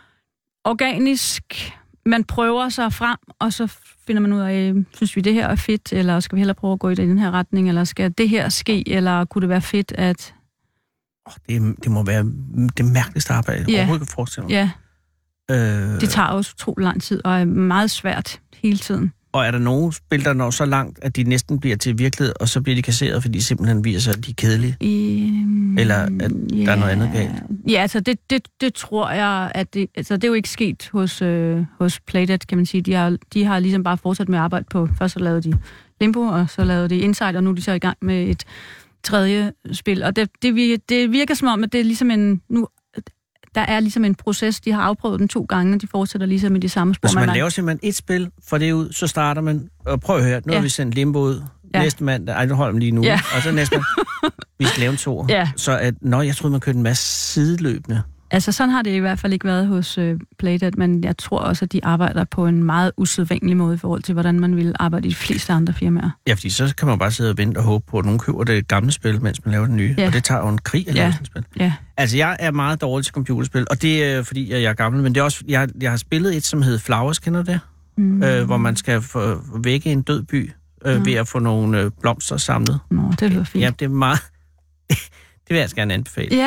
organisk, man prøver sig frem, og så finder man ud af, synes vi det her er fedt, eller skal vi hellere prøve at gå i den her retning, eller skal det her ske, eller kunne det være fedt, at... Oh, det, det må være det mærkeligste arbejde, jeg ja. overhovedet kan forestille mig. Ja, øh... det tager også utrolig lang tid, og er meget svært hele tiden. Og er der nogen spil, der når så langt, at de næsten bliver til virkelighed, og så bliver de kasseret, fordi de simpelthen viser sig, at de er kedelige? I... Eller at yeah. der er noget andet galt? Ja, altså det, det, det tror jeg, at det, altså det er jo ikke sket hos, øh, hos Playdead, kan man sige. De har, de har ligesom bare fortsat med at arbejde på, først så lavede de Limbo, og så lavede de Inside, og nu er de så i gang med et tredje spil. Og det, det, det virker som om, at det er ligesom en... Nu, der er ligesom en proces, de har afprøvet den to gange, og de fortsætter ligesom med de samme spor. Altså man, man laver simpelthen et spil, får det ud, så starter man, og prøv at høre, nu ja. har vi sendt Limbo ud, ja. næste mandag, ej, nu holder man lige nu, ja. og så næste mandag, vi skal lave en to. Ja. Så at, nå, jeg troede, man kørte en masse sideløbende. Altså sådan har det i hvert fald ikke været hos uh, Playdead, men jeg tror også, at de arbejder på en meget usædvanlig måde i forhold til, hvordan man vil arbejde i de fleste andre firmaer. Ja, fordi så kan man bare sidde og vente og håbe på, at nogen køber det gamle spil, mens man laver det nye. Ja. Og det tager jo en krig at lave sådan et spil. Ja. Altså, jeg er meget dårlig til computerspil, og det er fordi, jeg er gammel, men det er også, jeg, jeg har spillet et, som hedder Flowers, kender du det? Mm. Øh, hvor man skal få, vække en død by øh, mm. ved at få nogle øh, blomster samlet. Nå, det lyder fint. Ja, det er meget... det vil jeg gerne anbefale. Ja.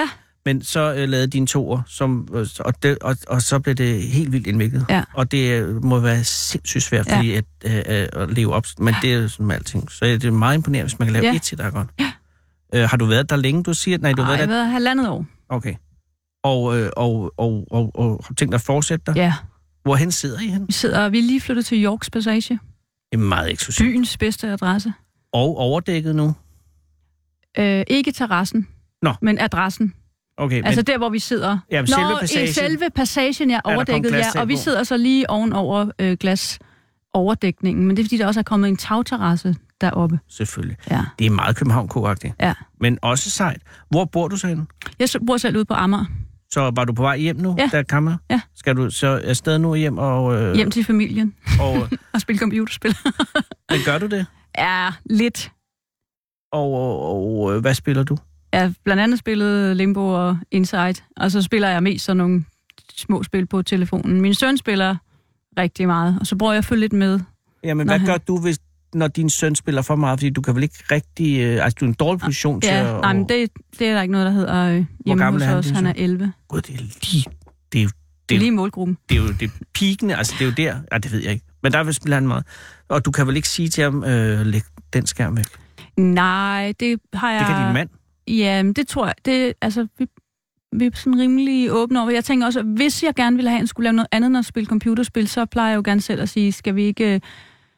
Men så øh, lavede dine toer, som, øh, og, det, og, og så blev det helt vildt indviklet. Ja. Og det øh, må være sindssygt svært, fordi ja. at, øh, at leve op. Men det er sådan med alting. Så det er meget imponerende, hvis man kan lave ja. et til, der er godt. Ja. Øh, har du været der længe, du siger? Nej, du Nej, har været der... jeg har været halvandet år. Okay. Og, øh, og, og, og, og har du tænkt dig at fortsætte der? Ja. Hvorhen sidder I hen? Vi sidder, vi er lige flyttet til Yorks Passage. Det er meget eksklusivt. Byens bedste adresse. Og overdækket nu? Øh, ikke terrassen, Nå. men adressen. Okay, altså men... der, hvor vi sidder. Ja, selve Nå, passagen. i selve passagen er overdækket, ja. Og vi sidder så lige ovenover øh, glasoverdækningen. Men det er, fordi der også er kommet en tagterrasse deroppe. Selvfølgelig. Ja. Det er meget København-K-agtigt. Ja. Men også sejt. Hvor bor du så henne? Jeg bor selv ude på Amager. Så var du på vej hjem nu, ja. der kammer? Ja. Skal du så afsted nu hjem og... Øh... Hjem til familien. Og, og spille computerspil. Men gør du det? Ja, lidt. Og, og, og hvad spiller du? Jeg har blandt andet spillet Limbo og Inside, og så spiller jeg mest sådan nogle små spil på telefonen. Min søn spiller rigtig meget, og så bruger jeg at følge lidt med. Jamen, hvad han... gør du, hvis, når din søn spiller for meget? Fordi du kan vel ikke rigtig... Øh, altså, du er en dårlig position ja, til at... nej, men det, det er der ikke noget, der hedder øh, hjemme hos han, os. Han er elleve. Gud, det er lige... Det er jo... Det er lige målgruppen. Det er jo det pikende, altså det er jo der... Ja, det ved jeg ikke. Men der vil spille han meget. Og du kan vel ikke sige til ham, øh, læg den skærm væk? Nej, det har jeg... Det kan din mand? Ja, men det tror jeg... Det, altså, vi, vi er sådan rimelig åbne over. Jeg tænker også, at hvis jeg gerne ville have, at han skulle lave noget andet end at spille computerspil, så plejer jeg jo gerne selv at sige, skal vi ikke øh,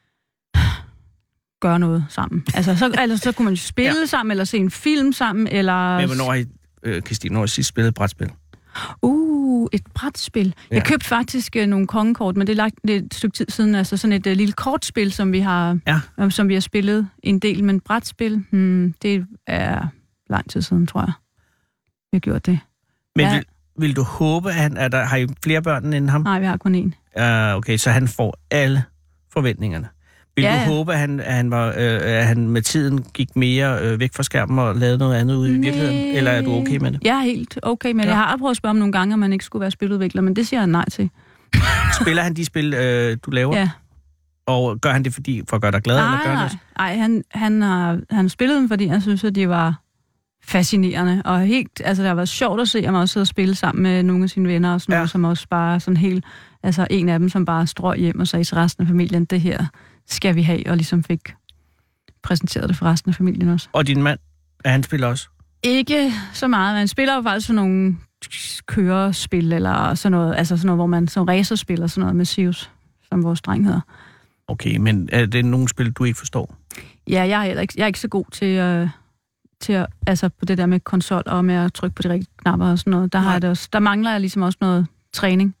gøre noget sammen? Altså, så, altså, så kunne man jo spille ja. sammen, eller se en film sammen, eller... Men hvornår har I, øh, Christine, når I sidst spillet et brætspil? Uh, et brætspil. Ja. Jeg købte faktisk uh, nogle kongekort, men det er, lagt, det er et stykke tid siden, altså sådan et uh, lille kortspil, som vi har, ja. uh, som vi har spillet en del, men brætspil, hmm, det er lang tid siden, tror jeg. Vi har gjort det. Men ja. vil, vil du håbe, at han, er der, har I flere børn end ham? Nej, vi har kun én. Uh, okay, så han får alle forventningerne. Vil ja, du ja. håbe, at han, at, han var, øh, at han med tiden gik mere øh, væk fra skærmen og lavede noget andet ude i Nej. virkeligheden? Eller er du okay med det? Jeg er helt okay med det. Ja. Jeg har prøvet at spørge om nogle gange, om man ikke skulle være spiludvikler, men det siger han nej til. Spiller han de spil, øh, du laver? Ja. Og gør han det fordi, for at gøre dig glad? Nej, eller gør nej. det? nej han, han har han spillet dem, fordi han synes, at de var fascinerende. Og helt, altså, det har været sjovt at se ham også sidde og spille sammen med nogle af sine venner, og sådan ja. noget, som også bare sådan helt... Altså, en af dem, som bare strøg hjem og sagde til resten af familien, det her skal vi have, og ligesom fik præsenteret det for resten af familien også. Og din mand, er han spiller også? Ikke så meget, men han spiller jo faktisk sådan nogle kørespil, eller sådan noget, altså sådan noget, hvor man som racerspiller, sådan noget med Sirius, som vores dreng hedder. Okay, men er det nogle spil, du ikke forstår? Ja, jeg er, heller ikke, jeg er ikke så god til, øh, til at, altså på det der med konsol, og med at trykke på de rigtige knapper og sådan noget. Der, har jeg det også, der mangler jeg ligesom også noget træning.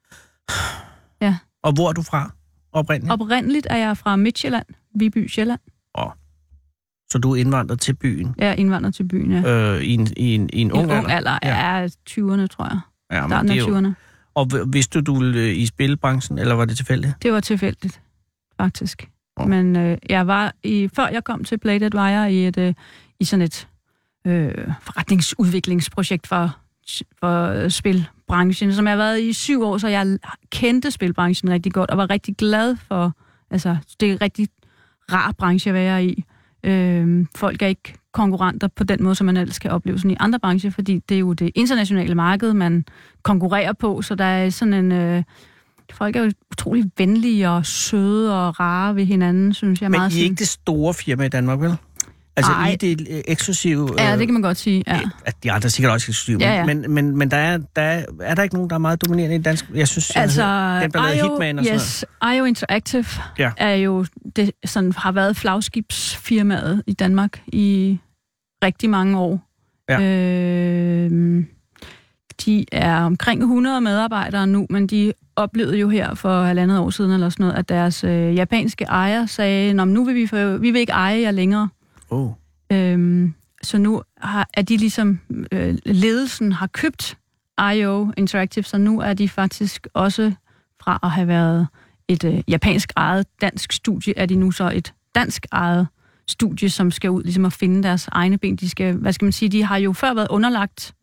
Ja. Og hvor er du fra oprindeligt? Oprindeligt er jeg fra Midtjylland, Viby, Sjælland. Åh. Så du er indvandret til byen? Ja, indvandret til byen, ja. Øh, i, en, i, en, i en ung alder? En ung alder, ja. ja, tyverne, tror jeg. Ja, starten af tyverne. Og vidste du, du ville i spilbranchen, eller var det tilfældigt? Det var tilfældigt, faktisk. Oh. Men øh, jeg var, i, før jeg kom til Bladed, var jeg i, et, øh, i sådan et øh, forretningsudviklingsprojekt for, for spilbranchen, som jeg har været i syv år, så jeg kendte spilbranchen rigtig godt, og var rigtig glad for, altså, det er en rigtig rar branche at være i. Øh, folk er ikke konkurrenter på den måde, som man ellers kan opleve sådan i andre brancher, fordi det er jo det internationale marked, man konkurrerer på, så der er sådan en... Øh, folk er jo utrolig venlige og søde og rare ved hinanden, synes jeg. Men meget I er ikke det store firma i Danmark, vel? Altså, Ej. I det eksklusive... Ja, det kan man godt sige, ja. At de andre er sikkert også eksklusive, ja, ja. men, men, men der, er, der er, er der ikke nogen, der er meget dominerende i dansk? Jeg synes, altså, jeg den, der lavede Hitman og yes, sådan noget. I O Interactive ja. er jo, det sådan, har været flagskibsfirmaet i Danmark i rigtig mange år. Ja. Øh, de er omkring hundrede medarbejdere nu, men de oplevede jo her for halvandet år siden, eller sådan noget, at deres øh, japanske ejer sagde, nå, nu vil vi, for, vi vil ikke eje jer længere. Oh. Øhm, så nu har, er de ligesom, øh, ledelsen har købt I O Interactive, så nu er de faktisk også fra at have været et øh, japansk ejet dansk studie, er de nu så et dansk ejet studie, som skal ud ligesom at finde deres egne ben. De skal, hvad skal man sige, de har jo før været underlagt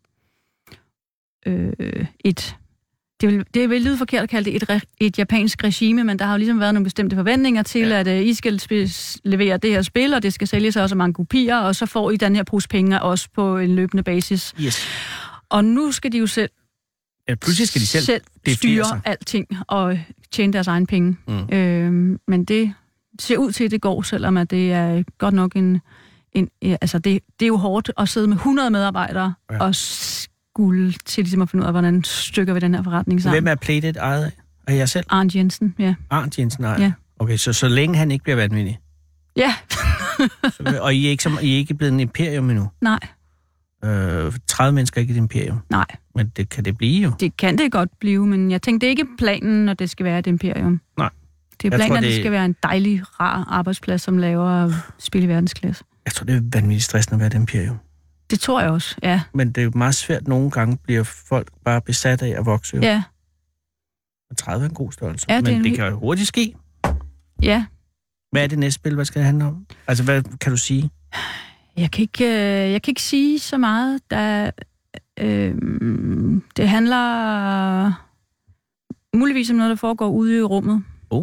øh, et, det vil, det vil lyde forkert at kalde det et, et japansk regime, men der har jo ligesom været nogle bestemte forventninger til, ja. at uh, I skal levere det her spil, og det skal sælges også mange kopier, og så får I den her pose penge også på en løbende basis. Yes. Og nu skal de jo selv, ja, pludselig skal de selv, selv styre alting og tjene deres egen penge. Mm. Øh, men det ser ud til, at det går, selvom at det er godt nok en... en altså, det, det er jo hårdt at sidde med hundrede medarbejdere ja. og skulle til ligesom at finde ud af, hvordan stykker vi den her forretning sammen. Hvem er Playdead ejet af? Er jeg selv? Arndt Jensen, ja. Arndt Jensen ejer? Ja. Okay, så så længe han ikke bliver vanvittig? Ja. Og I er, ikke, som, I er ikke blevet en imperium endnu? Nej. Øh, tredive mennesker er ikke et imperium? Nej. Men det kan det blive jo? Det kan det godt blive, men jeg tænkte, det er ikke planen, når det skal være et imperium. Nej. Det er planen, tror, det... at det skal være en dejlig, rar arbejdsplads, som laver spil i verdensklasse. Jeg tror, det er vanvittigt stressende at være et imperium. Det tror jeg også, ja. Men det er jo meget svært. Nogle gange bliver folk bare besat af at vokse. Jo. Ja. tredive er en god størrelse. Ja, det men en... det kan jo hurtigt ske. Ja. Hvad er det næste spil? Hvad skal det handle om? Altså, hvad kan du sige? Jeg kan ikke, øh, jeg kan ikke sige så meget. Der, øh, det handler muligvis om noget, der foregår ude i rummet. Oh.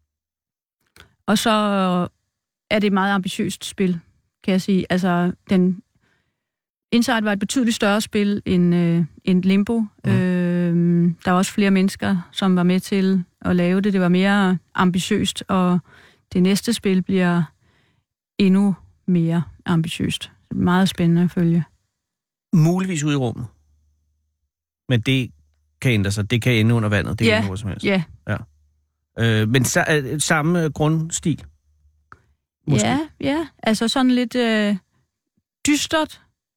Og så er det et meget ambitiøst spil, kan jeg sige. Altså, den Inside var et betydeligt større spil end, øh, end Limbo. Mm. Øh, der var også flere mennesker, som var med til at lave det. Det var mere ambitiøst, og det næste spil bliver endnu mere ambitiøst. Meget spændende at følge. Muligvis ude i rummet. Men det kan ændre sig. Det kan ende under vandet. Det ja, kan hvor som helst. Ja. ja. Øh, men sa- samme grundstil? Måske. Ja, ja. Altså sådan lidt øh, dystert.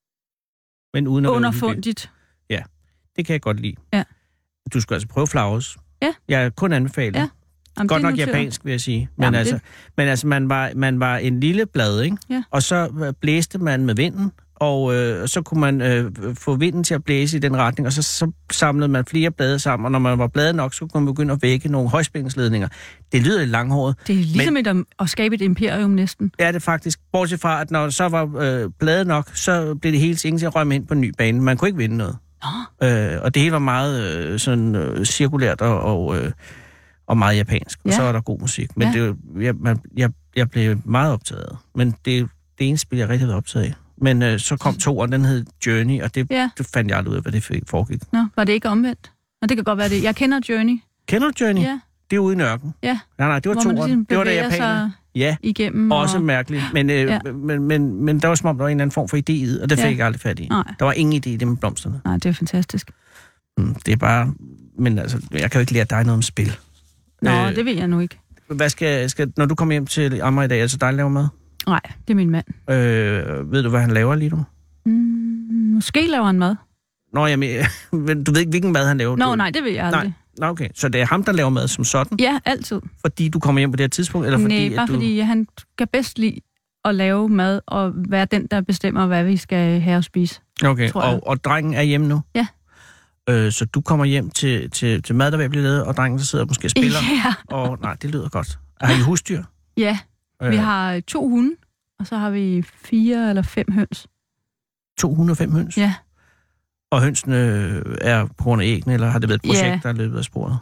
Men uden at underfundigt. Ja, det kan jeg godt lide. Ja. Du skal altså prøve Flowers. Ja. Jeg er kun anbefalet. Ja. Jamen, godt nok noteret. Japansk, vil jeg sige. Men, Jamen, altså, det... men altså, man var, man var en lille blad, ikke? Ja. Og så blæste man med vinden, og øh, så kunne man øh, få vinden til at blæse i den retning, og så, så samlede man flere blade sammen, og når man var blade nok, så kunne man begynde at vække nogle højspændingsledninger. Det lyder lidt langhåret. Det er ligesom men, et, at, at skabe et imperium næsten. Ja, det er faktisk. Bortset fra, at når så var øh, blade nok, så blev det hele ting til at rømme ind på en ny bane. Man kunne ikke vinde noget. Øh, og det hele var meget øh, sådan øh, cirkulært og... og øh, og meget japansk, og ja. så var der god musik. Men ja. det, jeg, man, jeg, jeg blev meget optaget af. Men det, det ene spil, jeg rigtig havde optaget af. Men øh, så kom to, og den hed Journey, og det, ja. det fandt jeg aldrig ud af, hvad det foregik. Nå, var det ikke omvendt? Nå, det kan godt være det. Jeg kender Journey. Kender du Journey? Ja. Det er ude i nørken. Ja. Nej, nej, det var toeren. Ligesom det var det japaner. Ja, igennem. Også og... mærkeligt. Men, øh, ja. men, men, men der var som om, der var en eller anden form for idé i, og det fik ja. jeg aldrig fat i. Nej. Der var ingen idé i det med blomsterne. Nej, det er fantastisk. Mm, det er bare... Men altså, jeg kan jo ikke lære dig noget om spil. Nå, øh, det ved jeg nu ikke. Hvad skal, skal, når du kommer hjem til Amager i dag, altså dig, der laver mad? Nej, det er min mand. Øh, ved du, hvad han laver lige nu? Mm, måske laver han mad. Nå, jamen, du ved ikke, hvilken mad han laver? Nå, du... nej, det ved jeg aldrig. Nå, okay. Så det er ham, der laver mad som sådan? Ja, altid. Fordi du kommer hjem på det her tidspunkt? Eller fordi, Nej, bare at du... fordi han kan bedst lide at lave mad, og være den, der bestemmer, hvad vi skal have at spise. Okay, og, og drengen er hjemme nu? Ja. Øh, så du kommer hjem til, til, til mad, der vil blive lavet, og drengen så sidder og måske spiller? Ja. Og nej, det lyder godt. Har I husdyr? Ja, øh. vi har to hunde, og så har vi fire eller fem høns. to hundrede og fem høns? Ja. Og hønsene er på grund af æggene, eller har det været et projekt, ja. der er løbet af sporet?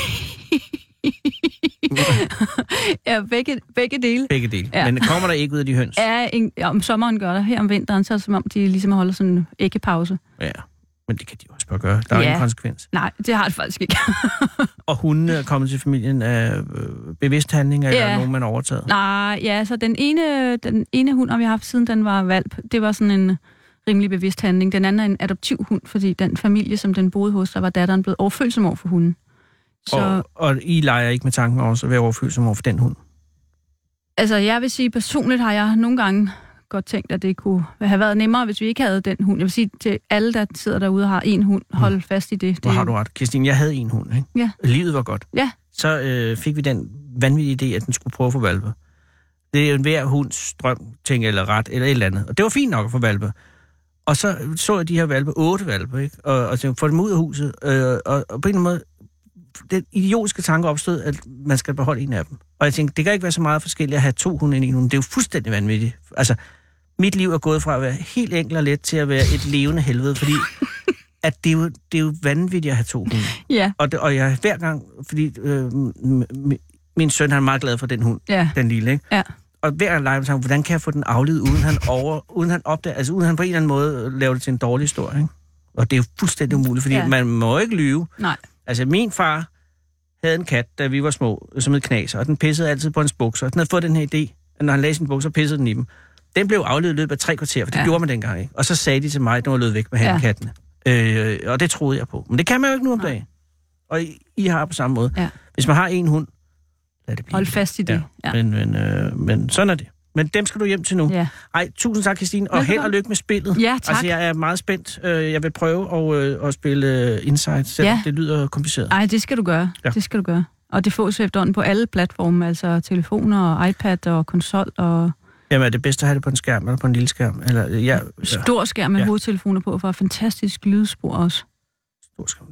Ja, begge, begge dele. Begge dele. Ja. Men kommer der æg ud af de høns? Ja, en, om sommeren gør der. Her om vinteren, så er det som om, de ligesom holder sådan en æggepause. Ja, men det kan de også bare gøre. Der er ja. ingen konsekvens. Nej, det har det faktisk ikke. Og hundene er kommet til familien af øh, bevidst handling, eller ja. nogen, man har overtaget? Nej, ja, så den ene, den ene hund, har vi haft siden den var valp, det var sådan en rimelig bevidst handling. Den anden er en adoptivhund, fordi den familie, som den boede hos, der var datteren blevet overfølsom over for hunden. Så... Og, og I leger ikke med tanken også at være overfølsom over for den hund? Altså, jeg vil sige, personligt har jeg nogle gange godt tænkt, at det kunne have været nemmere, hvis vi ikke havde den hund. Jeg vil sige til alle, der sidder derude og har en hund, hold mm. fast i det. Hvor det... har du ret. Kirstine, jeg havde en hund, ikke? Ja. Livet var godt. Ja. Så øh, fik vi den vanvittige idé, at den skulle prøve at få valpe. Det er jo en hver hunds drøm, ting eller ret, eller et eller andet. Og det var fint nok at få valpe. Og så så jeg de her valpe, otte valpe, ikke? Og, og så få dem ud af huset. Øh, og, og på en eller anden måde, den idiotiske tanke opstod, at man skal beholde en af dem. Og jeg tænkte, det kan ikke være så meget forskelligt at have to hunde ind i en hund. Det er jo fuldstændig vanvittigt. Altså, mit liv er gået fra at være helt enkelt og let til at være et levende helvede, fordi at det, er jo, det er jo vanvittigt at have to hunde. Ja. Og, det, og jeg hver gang, fordi øh, min søn han er meget glad for den hund, ja. den lille, ikke? Ja. Og hver gang leger han, hvordan kan jeg få den aflevet, uden han over, uden han opdager, altså uden han på en eller anden måde laver det til en dårlig historie, ikke? Og det er jo fuldstændig umuligt, fordi ja. man må ikke lyve. Nej. Altså, min far havde en kat, da vi var små, som hed Knas, og den pissede altid på hans bukser. Den havde fået den her idé, at når han lagde sin bukser, pissede den i dem. Den blev afledt i løbet af tre kvarter, for det ja. gjorde man dengang ikke. Og så sagde de til mig, at den var løbet væk med ja. kattene. Øh, og det troede jeg på. Men det kan man jo ikke nu om dagen. Og I, I har på samme måde. Ja. Hvis man har en hund, lad det blive. Hold fast i det. Ja. Ja. Men, men, øh, men sådan er det. Men dem skal du hjem til nu. Ja. Ej, tusind tak, Christine, og held og lykke med spillet. Ja, tak. Altså, jeg er meget spændt. Jeg vil prøve at, at spille Inside, selvom ja. det lyder kompliceret. Nej, det skal du gøre. Ja. Det skal du gøre. Og det fås efterhånden på alle platforme, altså telefoner og iPad og konsol og... Jamen, er det bedst at have det på en skærm eller på en lille skærm? Eller, ja, Stor skærm med ja. hovedtelefoner på, for fantastisk lydspor også. Stor skærm.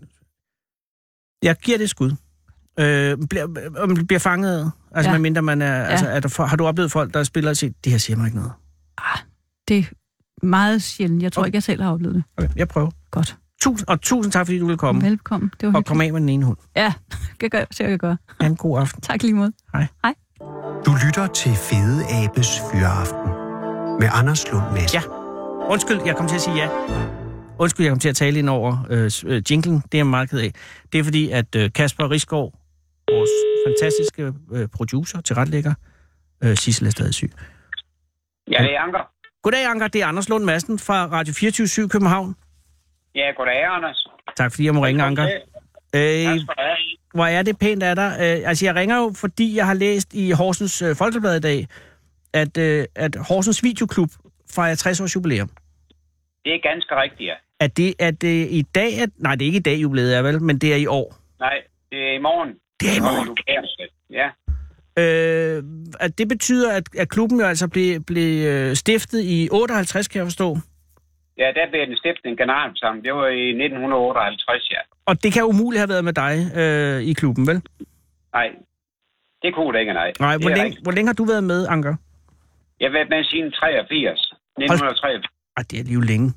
Jeg giver det skud. Øh, bliver, om det bliver fanget, altså ja. medmindre man er... Ja. Altså, er der, har du oplevet folk, der spiller og siger, det her siger mig ikke noget? Ah, det er meget sjældent. Jeg tror okay. ikke, jeg selv har oplevet det. Okay, jeg prøver. Godt. Tusind, og tusind tak, fordi du ville komme. Velkommen. Det var hyggeligt. Og komme af med den ene hund. Ja, det gør jeg, så jeg gør. Ha' en god aften. Tak lige måde. Hej. Hej. Du lytter til Fede Abes Fyraften med Anders Lund Madsen. Ja. Undskyld, jeg kom til at sige ja. Undskyld, jeg kom til at tale ind over øh, jinglen. Det er jeg meget ked af. Det er fordi, at øh, Kasper Risgaard, vores fantastiske øh, producer, tilrettelægger, øh, Sissel er stadig syg. Ja, det er Anker. Goddag, Anker. Det er Anders Lund Madsen fra Radio fireogtyve syv København. Ja, goddag, Anders. Tak fordi jeg må ringe, Anker. Øh, hvor er det pænt af dig. Øh, altså, jeg ringer jo, fordi jeg har læst i Horsens øh, Folkeblad i dag, at, øh, at Horsens Videoklub fejrer tres års jubilæum. Det er ganske rigtigt, ja. Er det, er det i dag? At, nej, det er ikke i dag, jubilæet er vel, men det er i år. Nej, det er i morgen. Det er i morgen? Ja. Øh, at det betyder, at, at klubben jo altså blev, blev stiftet i otteoghalvtreds, kan jeg forstå. Ja, der blev den stiftet en generalforsamling. Det var i nitten otteoghalvtreds, ja. Og det kan umuligt have været med dig øh, i klubben, vel? Nej, det kunne det ikke, nej. Nej, hvor længe, hvor længe har du været med, Anker? Jeg har været med siden treogfirs. nitten treogfirs. Ej, det er lige jo længe.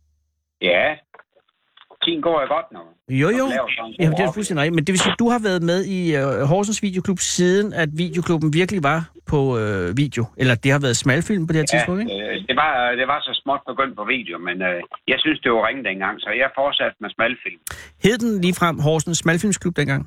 Ja, tiden går jo godt nu. Jo, jo. Jamen, det er fuldstændig rigtigt. Men det vil sige, at du har været med i uh, Horsens Videoklub, siden at videoklubben virkelig var på uh, video. Eller det har været smalfilm på det her ja, tidspunkt, ikke? Øh, det, var, det var så småt begyndt på video, men øh, jeg synes, det var ringe dengang, så jeg fortsatte med smalfilm. Hed den ligefrem Horsens Smalfilmsklub dengang?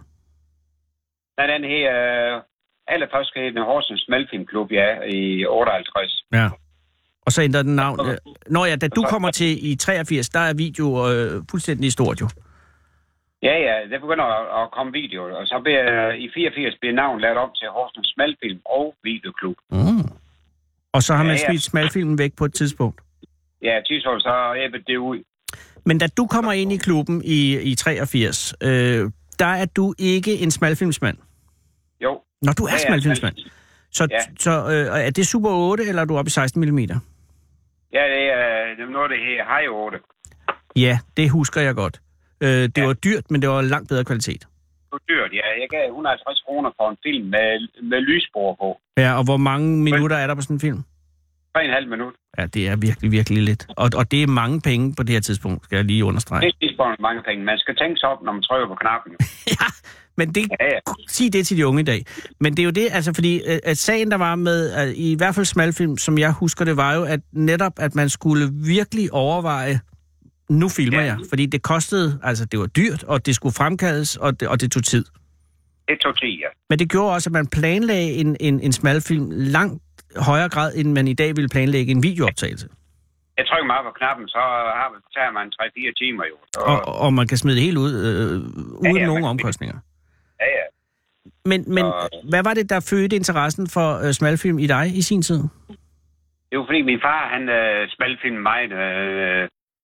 Nej, den hed øh, allerførst hed den Horsens Smalfilmklub, ja, i otteoghalvtreds. Ja. Og så ændrer den navn. Nå ja, da du kommer til i treogfirs, der er video øh, fuldstændig stort jo. Ja, ja, det begynder at, at komme video, og så bliver i fireogfirs bliver navnet lavet op til Horsens Smalfilm og Videoklub. Mm. Og så har man ja, ja. smidt smalfilmen væk på et tidspunkt. Ja, tidshold, så æbbede det ud. Men da du kommer ind i klubben i, i treogfirs, øh, der er du ikke en smalfilmsmand? Jo. Når du er ja, smalfilmsmand? Så, ja. så øh, er det Super otte, eller er du oppe i seksten millimeter? Ja, det er noget, det her High otte. Ja, det husker jeg godt. Øh, det ja. var dyrt, men det var langt bedre kvalitet. Det var dyrt, ja. Jeg gav et hundrede og halvtreds kroner for en film med, med lysspor på. Ja, og hvor mange minutter er der på sådan en film? tre og en halv minut. Ja, det er virkelig, virkelig lidt. Og, og det er mange penge på det her tidspunkt, skal jeg lige understrege. Det er tidspunkt mange penge. Man skal tænke sig op, når man trykker på knappen. Ja, men det, ja, ja. sig det til de unge i dag. Men det er jo det, altså fordi at sagen, der var med, at i hvert fald smalfilm, som jeg husker det, var jo, at netop, at man skulle virkelig overveje, nu filmer ja. jeg. Fordi det kostede, altså det var dyrt, og det skulle fremkaldes, og det, og det tog tid. Det tog tid, ja. Men det gjorde også, at man planlagde en, en, en smalfilm langt højere grad, end man i dag ville planlægge en videooptagelse. Jeg trykker mig op på knappen, så tager man tre fire timer jo. Så... Og, og man kan smide det helt ud, øh, uden ja, ja, nogen omkostninger. Ja, ja. Men, men så... hvad var det, der fødte interessen for øh, smalfilm i dig i sin tid? Det var fordi min far, han øh, smalfilmede mig, øh,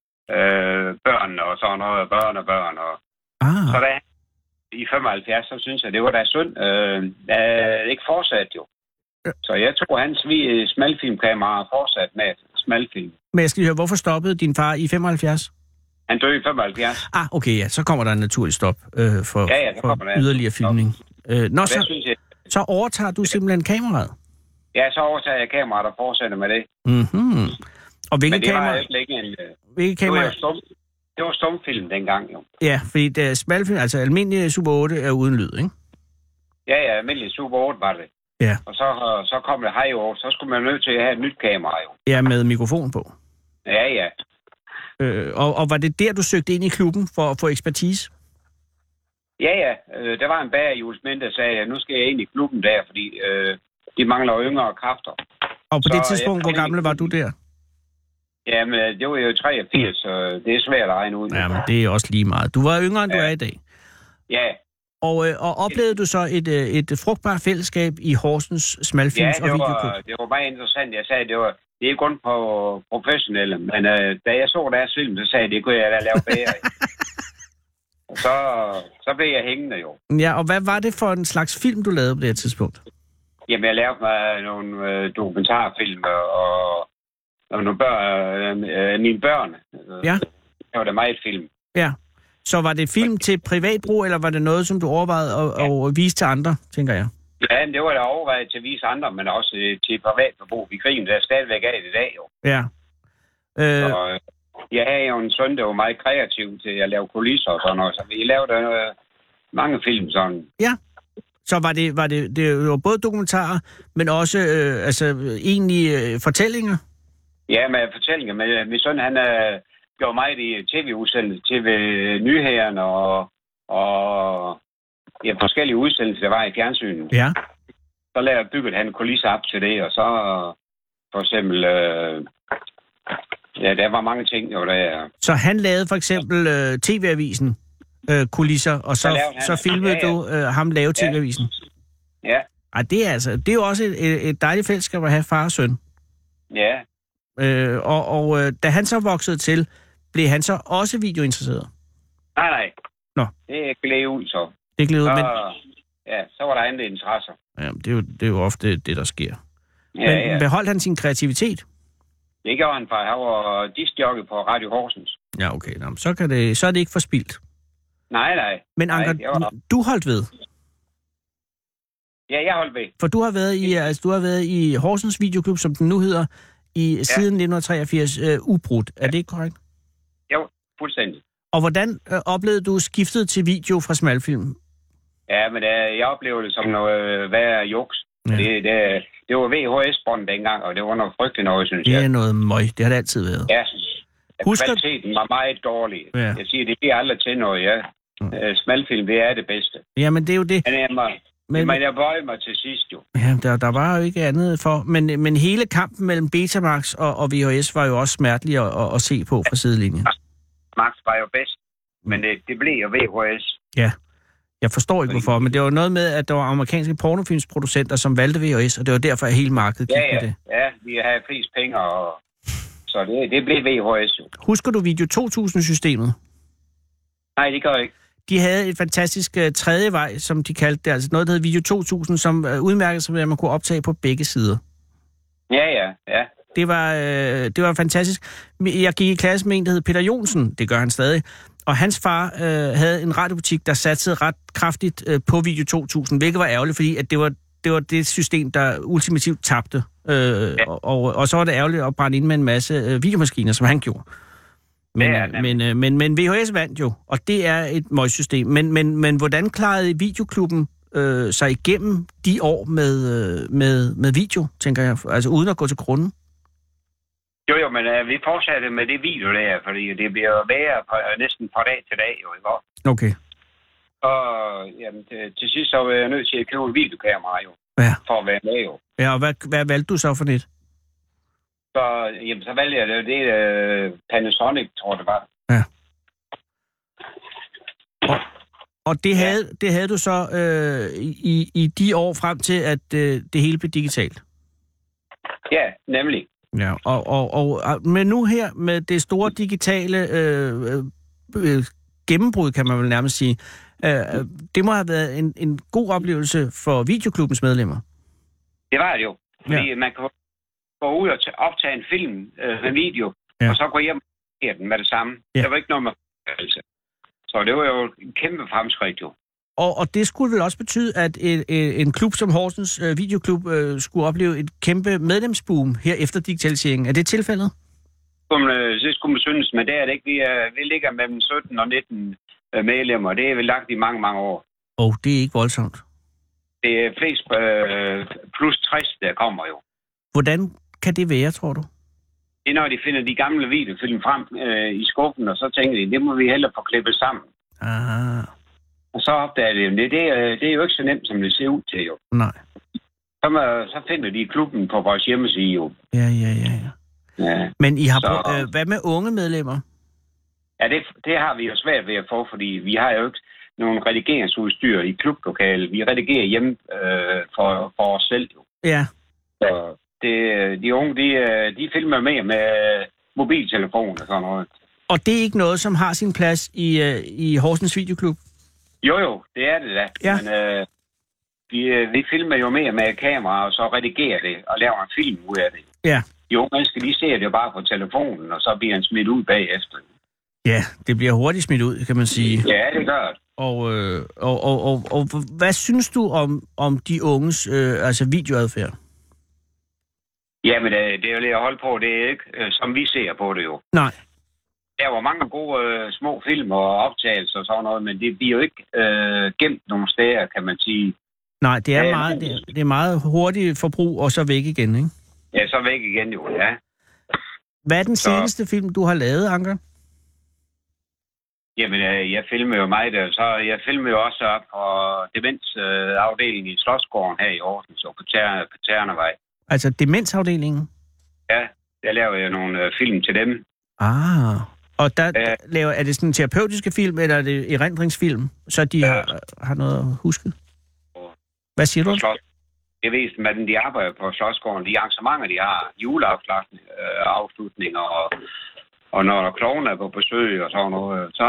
øh, børn og sådan noget, børn og børn. Og... Ah. Så da i femoghalvfjerds, så synes jeg, det var da synd. Øh, øh, ikke fortsat jo. Så jeg tror, hans smalfilmkamera fortsat med smalfilm. Men jeg skal høre, hvorfor stoppede din far i femoghalvfjerds? Han døde i femoghalvfjerds. Ah, okay, ja. Så kommer der en naturlig stop øh, for, ja, ja, for yderligere filmning. Øh, nå, så, synes jeg... så overtager du simpelthen kameraet? Ja, så overtager jeg kameraet og fortsætter med det. Mhm. Og hvilke Men det kamera? var ikke en... Hvilke kamera? Det var, stum... det var stumfilm dengang, jo. Ja, fordi det er smalfilm, altså almindelig Super otte er uden lyd, ikke? Ja, ja, almindelig Super otte var det. Ja. Og så, så kom det hej over, så skulle man nødt til at have et nyt kamera, jo. Ja, med mikrofon på. Ja, ja. Øh, og, og var det der, du søgte ind i klubben for at få ekspertise? Ja, ja. Øh, der var en bager i Juelsminde, der sagde, at nu skal jeg ind i klubben der, fordi øh, de mangler yngre kræfter. Og på så, det tidspunkt, hvor gammel var du der? Jamen, det var jo treogfirs, så det er svært at regne ud. Jamen, det er også lige meget. Du var yngre, end ja. du er i dag. Ja. Og, øh, og oplevede du så et, øh, et frugtbart fællesskab i Horsens smalfilms- ja, og videoklub? Ja, det var meget interessant. Jeg sagde, det var det er kun på professionelle, men øh, da jeg så deres film, så sagde jeg, det kunne jeg da lave bedre. så, så blev jeg hængende jo. Ja, og hvad var det for en slags film, du lavede på det her tidspunkt? Jamen, jeg lavede mig nogle øh, dokumentarfilm og, og nogle børn, øh, mine børn. Ja. Det var da meget film. Ja. Så var det film til privatbrug, eller var det noget, som du overvejede at, ja. at vise til andre, tænker jeg? Ja, det var da overvejet til at vise andre, men også øh, til privatbrug. Vi griner der stadigvæk af i dag, jo. Ja. Øh... Så, øh, jeg havde jo en søn, der var meget kreativ til at lave kulisser og sådan noget, så vi lavede øh, mange film sådan. Ja. Så var det, var det, det var både dokumentarer, men også øh, altså, egentlige øh, fortællinger? Ja, med fortællinger. Men min søn, han øh, gjorde meget i tv-udsendelser, tv-nyhederne og, og ja, forskellige udsendelser, der var i fjernsynet. Ja. Så lavede bygget han kulisser op til det, og så for eksempel... Øh, ja, der var mange ting, jo der... Så han lavede for eksempel øh, T V-avisen? Øh, kulisser, og så, så, så filmede ja, ja. du øh, ham lave T V-avisen. Ja. Ej, det er altså, det er jo også et, et dejligt fællesskab at have far og søn. Ja. Øh, og og øh, da han så voksede til, blev han så også videointeresseret? Nej, nej. Nå. Det gled ud så. Det gled ud, så, men... Ja, så var der andre interesser. Ja, det er, jo, det er jo ofte det, der sker. Ja, men ja. Beholdt han sin kreativitet? Det gjorde han, for han var diskjockey på Radio Horsens. Ja, okay. Nå, så, kan det, så er det ikke forspildt. Nej, nej. Men Anker, nej, var... du holdt ved? Ja, jeg holdt ved. For du har været i, altså, du har været i Horsens Videoklub, som den nu hedder, i ja. siden nitten treogfirs øh, ubrudt. Er ja. det ikke korrekt? Jo, fuldstændig. Og hvordan øh, oplevede du skiftet til video fra smalfilm? Ja, men øh, jeg oplevede det som noget øh, værre juks. Ja. Det, det, det var V H S-bånd dengang, og det var noget frygteligt noget, synes jeg. Det er noget møg. Det har det altid været. Ja. Husker... Kvaliteten var meget dårlig. Ja. Jeg siger, det bliver aldrig til noget, ja. Mm. Smalfilm, det er det bedste. Jamen, det er jo det. Men jeg, må, men... men jeg bøjede mig til sidst, jo. Ja, der, der var jo ikke andet for. Men, men hele kampen mellem Betamax og, og V H S var jo også smertelig at, at, at se på fra sidelinjen. Max var jo bedst, men det, det blev jo V H S. Ja. Jeg forstår ikke, hvorfor, men det var noget med, at der var amerikanske pornofilmsproducenter, som valgte V H S, og det var derfor, at hele markedet gik ja, ja. med det. Ja, vi havde flest penge, og... så det, det blev V H S jo. Husker du Video to tusind-systemet? Nej, det gør jeg ikke. De havde et fantastisk uh, tredje vej, som de kaldte det, altså noget, der hed Video to tusind, som uh, udmærkede sig ved, at man kunne optage på begge sider. Ja, ja, ja. Det var, øh, det var fantastisk. Jeg gik i klasse med en, der hed Peter Jonsen, det gør han stadig, og hans far øh, havde en radiobutik, der satsede ret kraftigt øh, på Video to tusind, hvilket var ærgerligt, fordi at det, var, det var det system, der ultimativt tabte. Øh, ja. og, og, og så var det ærgerligt at brænde ind med en masse øh, videomaskiner, som han gjorde. Men, ja, men, øh, men, men V H S vandt jo, og det er et møgsystem. Men, men, men hvordan klarede videoklubben øh, sig igennem de år med, øh, med, med video, tænker jeg, altså uden at gå til grunden? Jo, jo, men uh, vi fortsatte med det video der, fordi det bliver værre på, uh, næsten fra dag til dag, jo, ikke? Okay. Og jamen, til, til sidst så var jeg nødt til at købe et videokamera, jo. Ja. For at være med, jo. Ja, og hvad, hvad valgte du så for det? Så, jamen, så valgte jeg det, det uh, Panasonic, tror jeg, det var. Ja. Og, og det, ja. havde, det havde du så øh, i, i de år frem til, at øh, det hele blev digitalt? Ja, nemlig. Ja, og, og, og, men nu her med det store digitale øh, øh, gennembrud, kan man vel nærmest sige, øh, det må have været en, en god oplevelse for videoklubbens medlemmer. Det var det jo, fordi ja. Man kan gå ud og optage en film øh, med video, ja. Og så gå hjem og se den med det samme. Ja. Der var ikke noget med altså. Så det var jo en kæmpe fremskridt jo. Og, og det skulle vel også betyde, at en, en klub som Horsens øh, Videoklub øh, skulle opleve et kæmpe medlemsboom her efter digitaliseringen. Er det tilfældet? Det skulle man synes, men det er det ikke. Vi, er, vi ligger mellem sytten og nitten medlemmer. Det er vi lagt i mange, mange år. Og oh, det er ikke voldsomt? Det er flest øh, plus tres, der kommer jo. Hvordan kan det være, tror du? Det er, når de finder de gamle videofilm frem øh, i skuffen, og så tænker de, det må vi hellere få klippet sammen. Ah. Og så opdager de, det, det, er, det er jo ikke så nemt, som det ser ud til, jo. Nej. Så, så finder de klubben på vores hjemmeside, jo. Ja, ja, ja, ja. Ja. Men I har Så... brug, øh, hvad med unge medlemmer? Ja, det, det har vi jo svært ved at få, fordi vi har jo ikke nogen redigeringsudstyr i klublokalet. Vi redigerer hjemme øh, for, for os selv, jo. Ja. Så det, de unge, de, de filmer mere med mobiltelefon og sådan noget. Og det er ikke noget, som har sin plads i, øh, i Horsens Videoklub? Jo, jo, det er det da. Ja. Men øh, vi, vi filmer jo mere med kamera, og så redigerer det og laver en film ud af det. Ja. De unge mennesker, de ser det jo bare på telefonen, og så bliver han smidt ud bagefter. Ja, det bliver hurtigt smidt ud, kan man sige. Ja, det gør det. Og, øh, og, og, og, og hvad synes du om, om de unges øh, altså videoadfærd? Jamen, det, det er jo lidt at holde på. Det er ikke, øh, som vi ser på det jo. Nej. Der var mange gode øh, små film og optagelser og sådan noget, men det bliver jo ikke øh, gemt nogle steder, kan man sige. Nej, det er, Ja, meget, det, er, det er meget hurtigt forbrug, og så væk igen, ikke? Ja, så væk igen jo, ja. Hvad er den Så- seneste film, du har lavet, Anker? Jamen, øh, jeg filmer jo mig der, så jeg filmer jo også op på demensafdelingen øh, i Slotsgården her i Aarhus, og på, Ter- på Ternevej. Altså demensafdelingen? Ja, der laver jeg nogle øh, film til dem. Ah, og der Ja. laver, er det sådan terapeutiske film, eller er det erindringsfilm, så de Ja. har, har noget at huske? Hvad siger På du? Slots. Jeg ved, hvordan de arbejder på Slotsgården. De arrangementer, de har, juleafslutninger, og, og når klovene er på besøg og sådan noget, så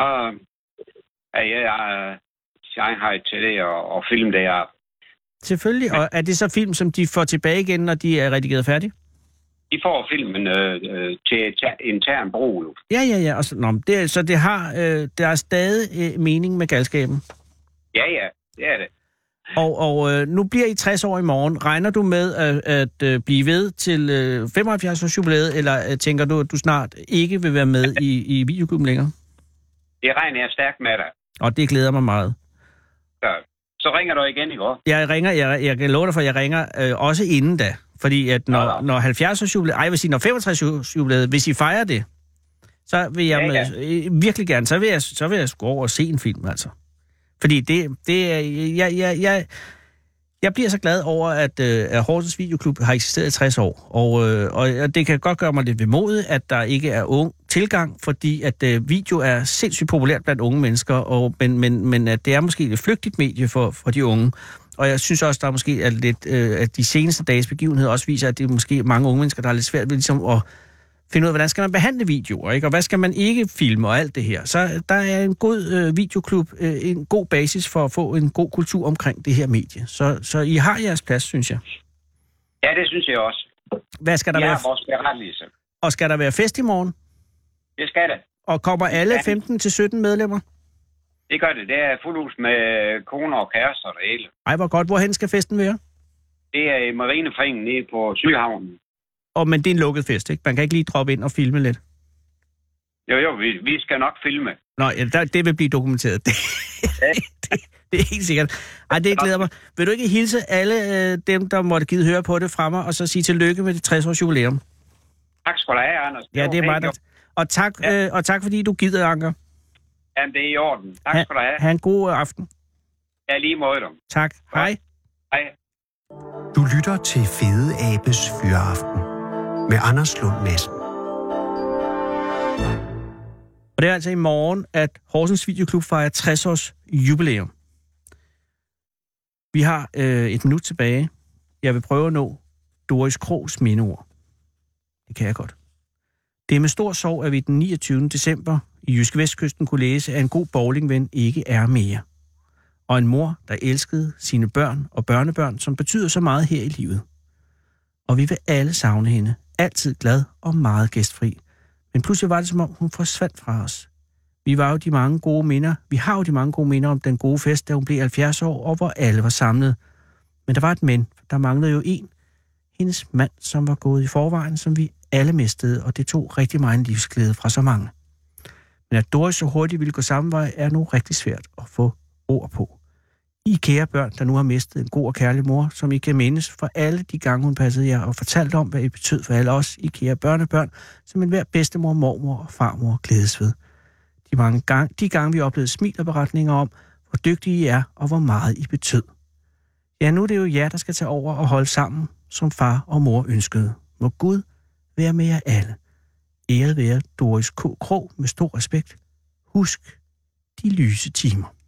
er jeg, jeg Shanghai til det og, og film det er. Selvfølgelig, og er det så film, som de får tilbage igen, når de er redigeret færdige? De får filmen øh, øh, til ta- intern brug jo. Ja, ja, ja. Og så, nå, men det, så det har, øh, der er stadig øh, mening med galskaben. Ja, ja, det er det. Og, og øh, nu bliver I tres år i morgen. Regner du med at, at øh, blive ved til øh, femoghalvfjerds års jubilæet, eller øh, tænker du, at du snart ikke vil være med i, i videoklubben længere? Det regner jeg stærkt med dig. Og det glæder mig meget. Så, så ringer du igen i går. Jeg ringer, jeg, jeg kan love dig for, at jeg ringer øh, også inden da. Fordi at når, Ja. når halvfjerds års jubilæet, ej, jeg vil sige, når femogtres års jubilæet, hvis I fejrer det, så vil jeg Ja, ja. med, øh, virkelig gerne, så vil jeg, så vil jeg gå over og se en film, altså. Fordi det, det er, jeg, jeg, jeg, jeg bliver så glad over, at, øh, at Horsens Videoklub har eksisteret i tres år. Og, øh, og det kan godt gøre mig lidt vemodigt, at der ikke er ung tilgang, fordi at øh, video er sindssygt populært blandt unge mennesker, og, men, men, men at det er måske et flygtigt medie for, for de unge. Og jeg synes også, der er måske er lidt, øh, at de seneste dages begivenheder også viser, at det er måske mange unge mennesker, der er lidt svært ved ligesom at finde ud af, hvordan skal man behandle videoer, ikke? Og hvad skal man ikke filme og alt det her. Så der er en god øh, videoklub, øh, en god basis for at få en god kultur omkring det her medie. Så, så I har jeres plads, synes jeg. Ja, det synes jeg også. Hvad skal der Jeg være? har vores berettelse. Og skal der være fest i morgen? Det skal det. Og kommer alle Ja. femten til sytten medlemmer? Det gør det. Det er fuld hus med koner og kærester og det hele. Ej, hvor godt. Hvorhen skal festen være? Det er i Marineforeningen nede på Sydhavnen. Og, men det er en lukket fest, ikke? Man kan ikke lige droppe ind og filme lidt. Jo, jo, vi, vi skal nok filme. Nå, ja, der, det vil blive dokumenteret. Det, det, det er helt sikkert. Ej, det glæder mig. Vil du ikke hilse alle øh, dem, der måtte give høre på det fra mig, og så sige tillykke med det tres års jubilæum? Tak skal du have, Anders. Ja, det er var meget. pænt, Og tak, Ja. øh, og tak fordi du gider, Anker. jo. Jamen, det er i orden. Tak Ha, skal du have. ha' en god øh, aften. Ja, lige måde dig. Tak. Hej. Hej. Du lytter til Fede Abes Fyraften med Anders Lund Madsen. Og det er altså i morgen, at Horsens Videoklub fejrer tres års jubilæum. Vi har øh, et minut tilbage. Jeg vil prøve at nå Doris Krogs mindeord. Det kan jeg godt. Det er med stor sorg, at vi den niogtyvende december i Jyske Vestkysten kunne læse, at en god bowlingven ikke er mere. Og en mor, der elskede sine børn og børnebørn, som betyder så meget her i livet. Og vi vil alle savne hende. Altid glad og meget gæstfri. Men pludselig var det, som om hun forsvandt fra os. Vi var jo de mange gode minder. Vi har jo de mange gode minder om den gode fest, da hun blev halvfjerds år, og hvor alle var samlet. Men der var et men. Der manglede jo en. Hendes mand, som var gået i forvejen, som vi alle mistede, og det tog rigtig meget livsglæde fra så mange. Men at Doris så hurtigt ville gå samme vej, er nu rigtig svært at få ord på. I kære børn, der nu har mistet en god og kærlig mor, som I kan mindes for alle de gange, hun passede jer og fortalte om, hvad I betød for alle os, I kære børnebørn, som enhver bedstemor, mormor og farmor glædes ved. De, mange gang, de gange, vi oplevede smil og beretninger om, hvor dygtige I er og hvor meget I betød. Ja, nu er det jo jer, der skal tage over og holde sammen, som far og mor ønskede. Må Gud være med jer alle. Æret være Doris K. Krog med stor respekt. Husk de lyse timer.